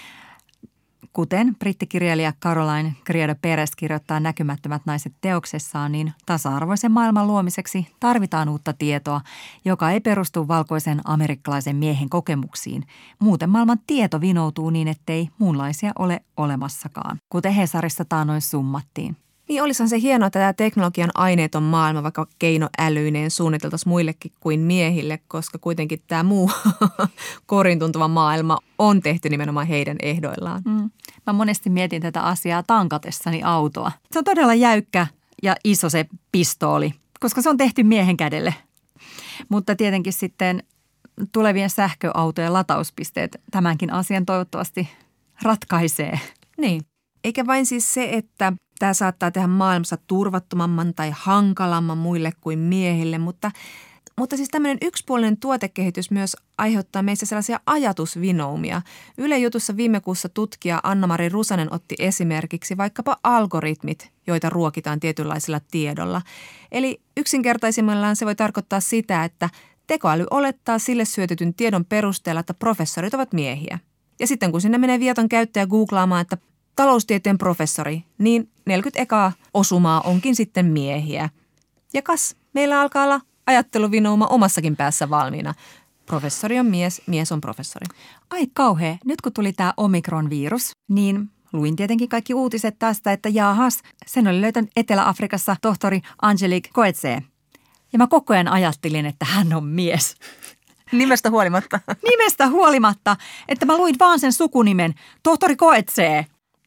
Kuten brittikirjailija Caroline Criado Perez kirjoittaa Näkymättömät naiset -teoksessaan, niin tasa-arvoisen maailman luomiseksi tarvitaan uutta tietoa, joka ei perustu valkoisen amerikkalaisen miehen kokemuksiin. Muuten maailman tieto vinoutuu niin, ettei muunlaisia ole olemassakaan, kuten Hesarissa taannoin summattiin. Niin olisihan se hienoa, että tämä teknologian aineeton maailma, vaikka keinoälyineen, suunniteltaisiin muillekin kuin miehille, koska kuitenkin tämä muu korin tuntuva maailma on tehty nimenomaan heidän ehdoillaan. Mä monesti mietin tätä asiaa tankatessani autoa. Se on todella jäykkä ja iso se pistooli, koska se on tehty miehen kädelle. Mutta tietenkin sitten tulevien sähköautojen latauspisteet tämänkin asian toivottavasti ratkaisee. Niin, eikä vain siis se, että tämä saattaa tehdä maailmassa turvattomamman tai hankalamman muille kuin miehille, mutta siis tämmöinen yksipuolinen tuotekehitys myös aiheuttaa meissä sellaisia ajatusvinoumia. Yle Jutussa viime kuussa tutkija Anna-Mari Rusanen otti esimerkiksi vaikkapa algoritmit, joita ruokitaan tietynlaisella tiedolla. Eli yksinkertaisimmillaan se voi tarkoittaa sitä, että tekoäly olettaa sille syötetyn tiedon perusteella, että professorit ovat miehiä. Ja sitten kun sinne menee vieton käyttäjä googlaamaan, että taloustieteen professori, niin 40 ekaa osumaa onkin sitten miehiä. Ja kas, meillä alkaa olla ajatteluvinouma omassakin päässä valmiina. Professori on mies, mies on professori. Ai kauhea. Nyt kun tuli tämä Omikron-virus, niin luin tietenkin kaikki uutiset tästä, että jaahas, sen oli löytänyt Etelä-Afrikassa tohtori Angelique Coetzee. Ja mä koko ajan ajattelin, että hän on mies. Nimestä huolimatta. Nimestä huolimatta, että mä luin vaan sen sukunimen, tohtori Coetzee.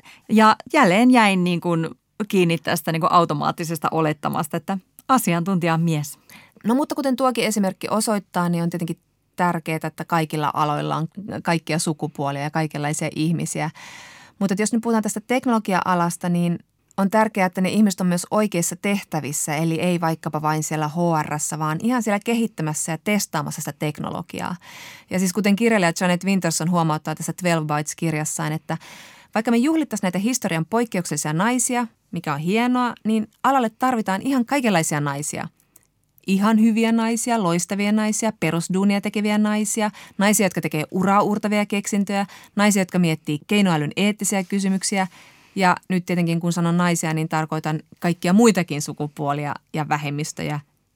Ja jälleen jäin niin kuin kiinni tästä niin kuin automaattisesta olettamasta, että asiantuntija on mies. No mutta kuten tuokin esimerkki osoittaa, niin on tietenkin tärkeää, että kaikilla aloilla on kaikkia sukupuolia ja kaikenlaisia ihmisiä. Mutta jos nyt puhutaan tästä teknologia-alasta, niin on tärkeää, että ne ihmiset on myös oikeissa tehtävissä, eli ei vaikkapa vain siellä HR:ssä, vaan ihan siellä kehittämässä ja testaamassa sitä teknologiaa. Ja siis kuten kirjailija Janet Winterson huomauttaa tässä 12 Bites-kirjassaan, että vaikka me juhlittaisiin näitä historian poikkeuksellisia naisia, mikä on hienoa, niin alalle tarvitaan ihan kaikenlaisia naisia. Ihan hyviä naisia, loistavia naisia, perusduunia tekeviä naisia, naisia, jotka tekee uraa uurtavia keksintöjä, naisia, jotka miettii keinoälyn eettisiä kysymyksiä. Ja nyt tietenkin kun sanon naisia, niin tarkoitan kaikkia muitakin sukupuolia ja vähemmistöjä,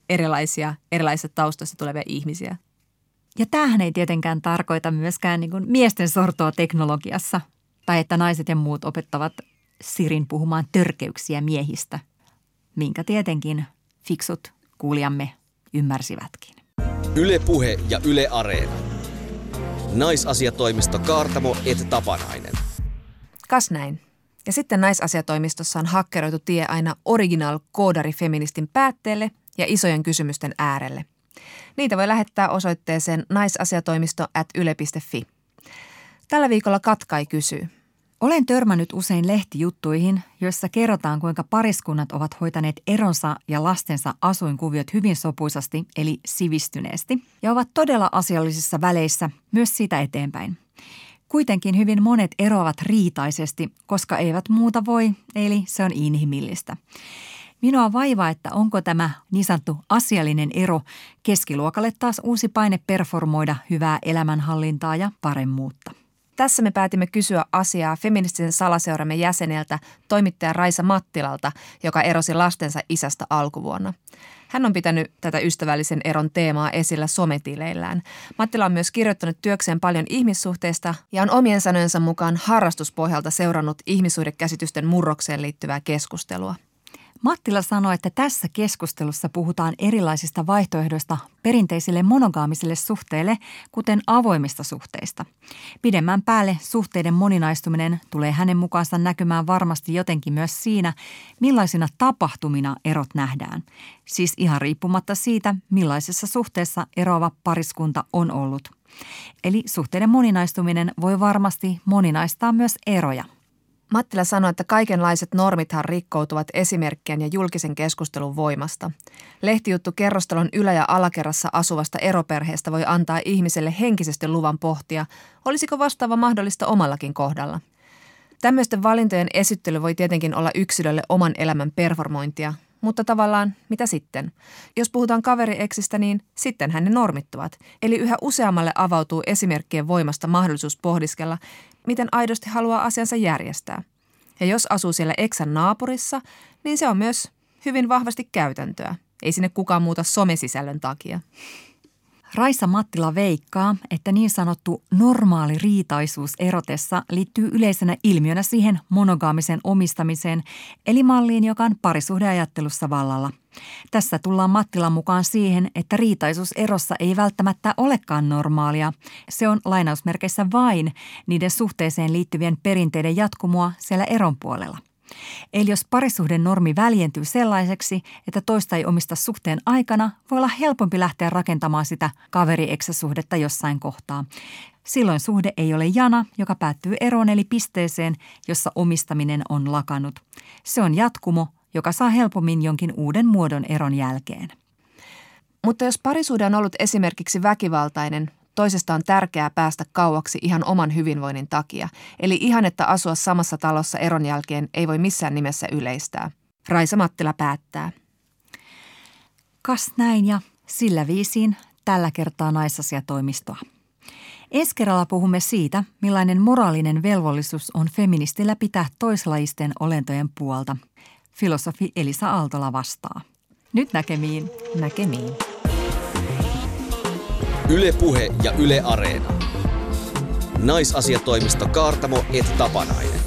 erilaisista taustoista tulevia ihmisiä. Ja tämähän ei tietenkään tarkoita myöskään niin kuin miesten sortoa teknologiassa tai että naiset ja muut opettavat Sirin puhumaan törkeyksiä miehistä, minkä tietenkin fiksut kuulijamme ymmärsivätkin. Yle Puhe ja Yle Areena. Naisasiatoimisto Kaartamo et Tapanainen. Kas näin. Ja sitten naisasiatoimistossa on hakkeroitu tie aina original-koodari-feministin päätteelle ja isojen kysymysten äärelle. Niitä voi lähettää osoitteeseen naisasiatoimisto@yle.fi. Tällä viikolla Katkai kysyy. Olen törmännyt usein lehtijuttuihin, joissa kerrotaan, kuinka pariskunnat ovat hoitaneet eronsa ja lastensa asuinkuviot hyvin sopuisasti, eli sivistyneesti, ja ovat todella asiallisissa väleissä myös siitä eteenpäin. Kuitenkin hyvin monet eroavat riitaisesti, koska eivät muuta voi, eli se on inhimillistä. Minua vaivaa, että onko tämä niin sanottu asiallinen ero keskiluokalle taas uusi paine performoida hyvää elämänhallintaa ja paremmuutta. Tässä me päätimme kysyä asiaa feministisen salaseuramme jäseneltä, toimittaja Raisa Mattilalta, joka erosi lastensa isästä alkuvuonna. Hän on pitänyt tätä ystävällisen eron teemaa esillä sometileillään. Mattila on myös kirjoittanut työkseen paljon ihmissuhteista ja on omien sanojensa mukaan harrastuspohjalta seurannut ihmissuhdekäsitysten murrokseen liittyvää keskustelua. Mattila sanoi, että tässä keskustelussa puhutaan erilaisista vaihtoehdoista perinteisille monogaamisille suhteille, kuten avoimista suhteista. Pidemmän päälle suhteiden moninaistuminen tulee hänen mukaansa näkymään varmasti jotenkin myös siinä, millaisina tapahtumina erot nähdään. Siis ihan riippumatta siitä, millaisessa suhteessa eroava pariskunta on ollut. Eli suhteiden moninaistuminen voi varmasti moninaistaa myös eroja. Mattila sanoi, että kaikenlaiset normithan rikkoutuvat esimerkkien ja julkisen keskustelun voimasta. Lehtijuttu kerrostalon ylä- ja alakerrassa asuvasta eroperheestä voi antaa ihmiselle henkisesti luvan pohtia, olisiko vastaava mahdollista omallakin kohdalla. Tämmöisten valintojen esittely voi tietenkin olla yksilölle oman elämän performointia, mutta tavallaan mitä sitten? Jos puhutaan kaverieksistä, niin sittenhän ne normittuvat. Eli yhä useammalle avautuu esimerkkien voimasta mahdollisuus pohdiskella, miten aidosti haluaa asiansa järjestää. Ja jos asuu siellä eksän naapurissa, niin se on myös hyvin vahvasti käytäntöä. Ei sinne kukaan muuta somesisällön takia. Raisa Mattila veikkaa, että niin sanottu normaali riitaisuus erotessa liittyy yleisenä ilmiönä siihen monogaamisen omistamiseen, eli malliin, joka on parisuhdeajattelussa vallalla. Tässä tullaan Mattilan mukaan siihen, että riitaisuus erossa ei välttämättä olekaan normaalia. Se on lainausmerkeissä vain niiden suhteeseen liittyvien perinteiden jatkumoa siellä eron puolella. Eli jos parisuhden normi väljentyy sellaiseksi, että toista ei omista suhteen aikana, voi olla helpompi lähteä rakentamaan sitä kaveri-eksäsuhdetta jossain kohtaa. Silloin suhde ei ole jana, joka päättyy eroon eli pisteeseen, jossa omistaminen on lakannut. Se on jatkumo, joka saa helpommin jonkin uuden muodon eron jälkeen. Mutta jos parisuhde on ollut esimerkiksi väkivaltainen, toisesta on tärkeää päästä kauaksi ihan oman hyvinvoinnin takia. Eli ihannetta asua samassa talossa eron jälkeen ei voi missään nimessä yleistää. Raisa Mattila päättää. Kas näin ja sillä viisiin tällä kertaa naisasiatoimistoa. Ensi kerralla puhumme siitä, millainen moraalinen velvollisuus on feministillä pitää toislajisten olentojen puolta. Filosofi Elisa Aaltola vastaa. Nyt näkemiin. Näkemiin. Yle Puhe ja Yle Areena. Naisasiatoimisto Kaartamo et Tapanainen.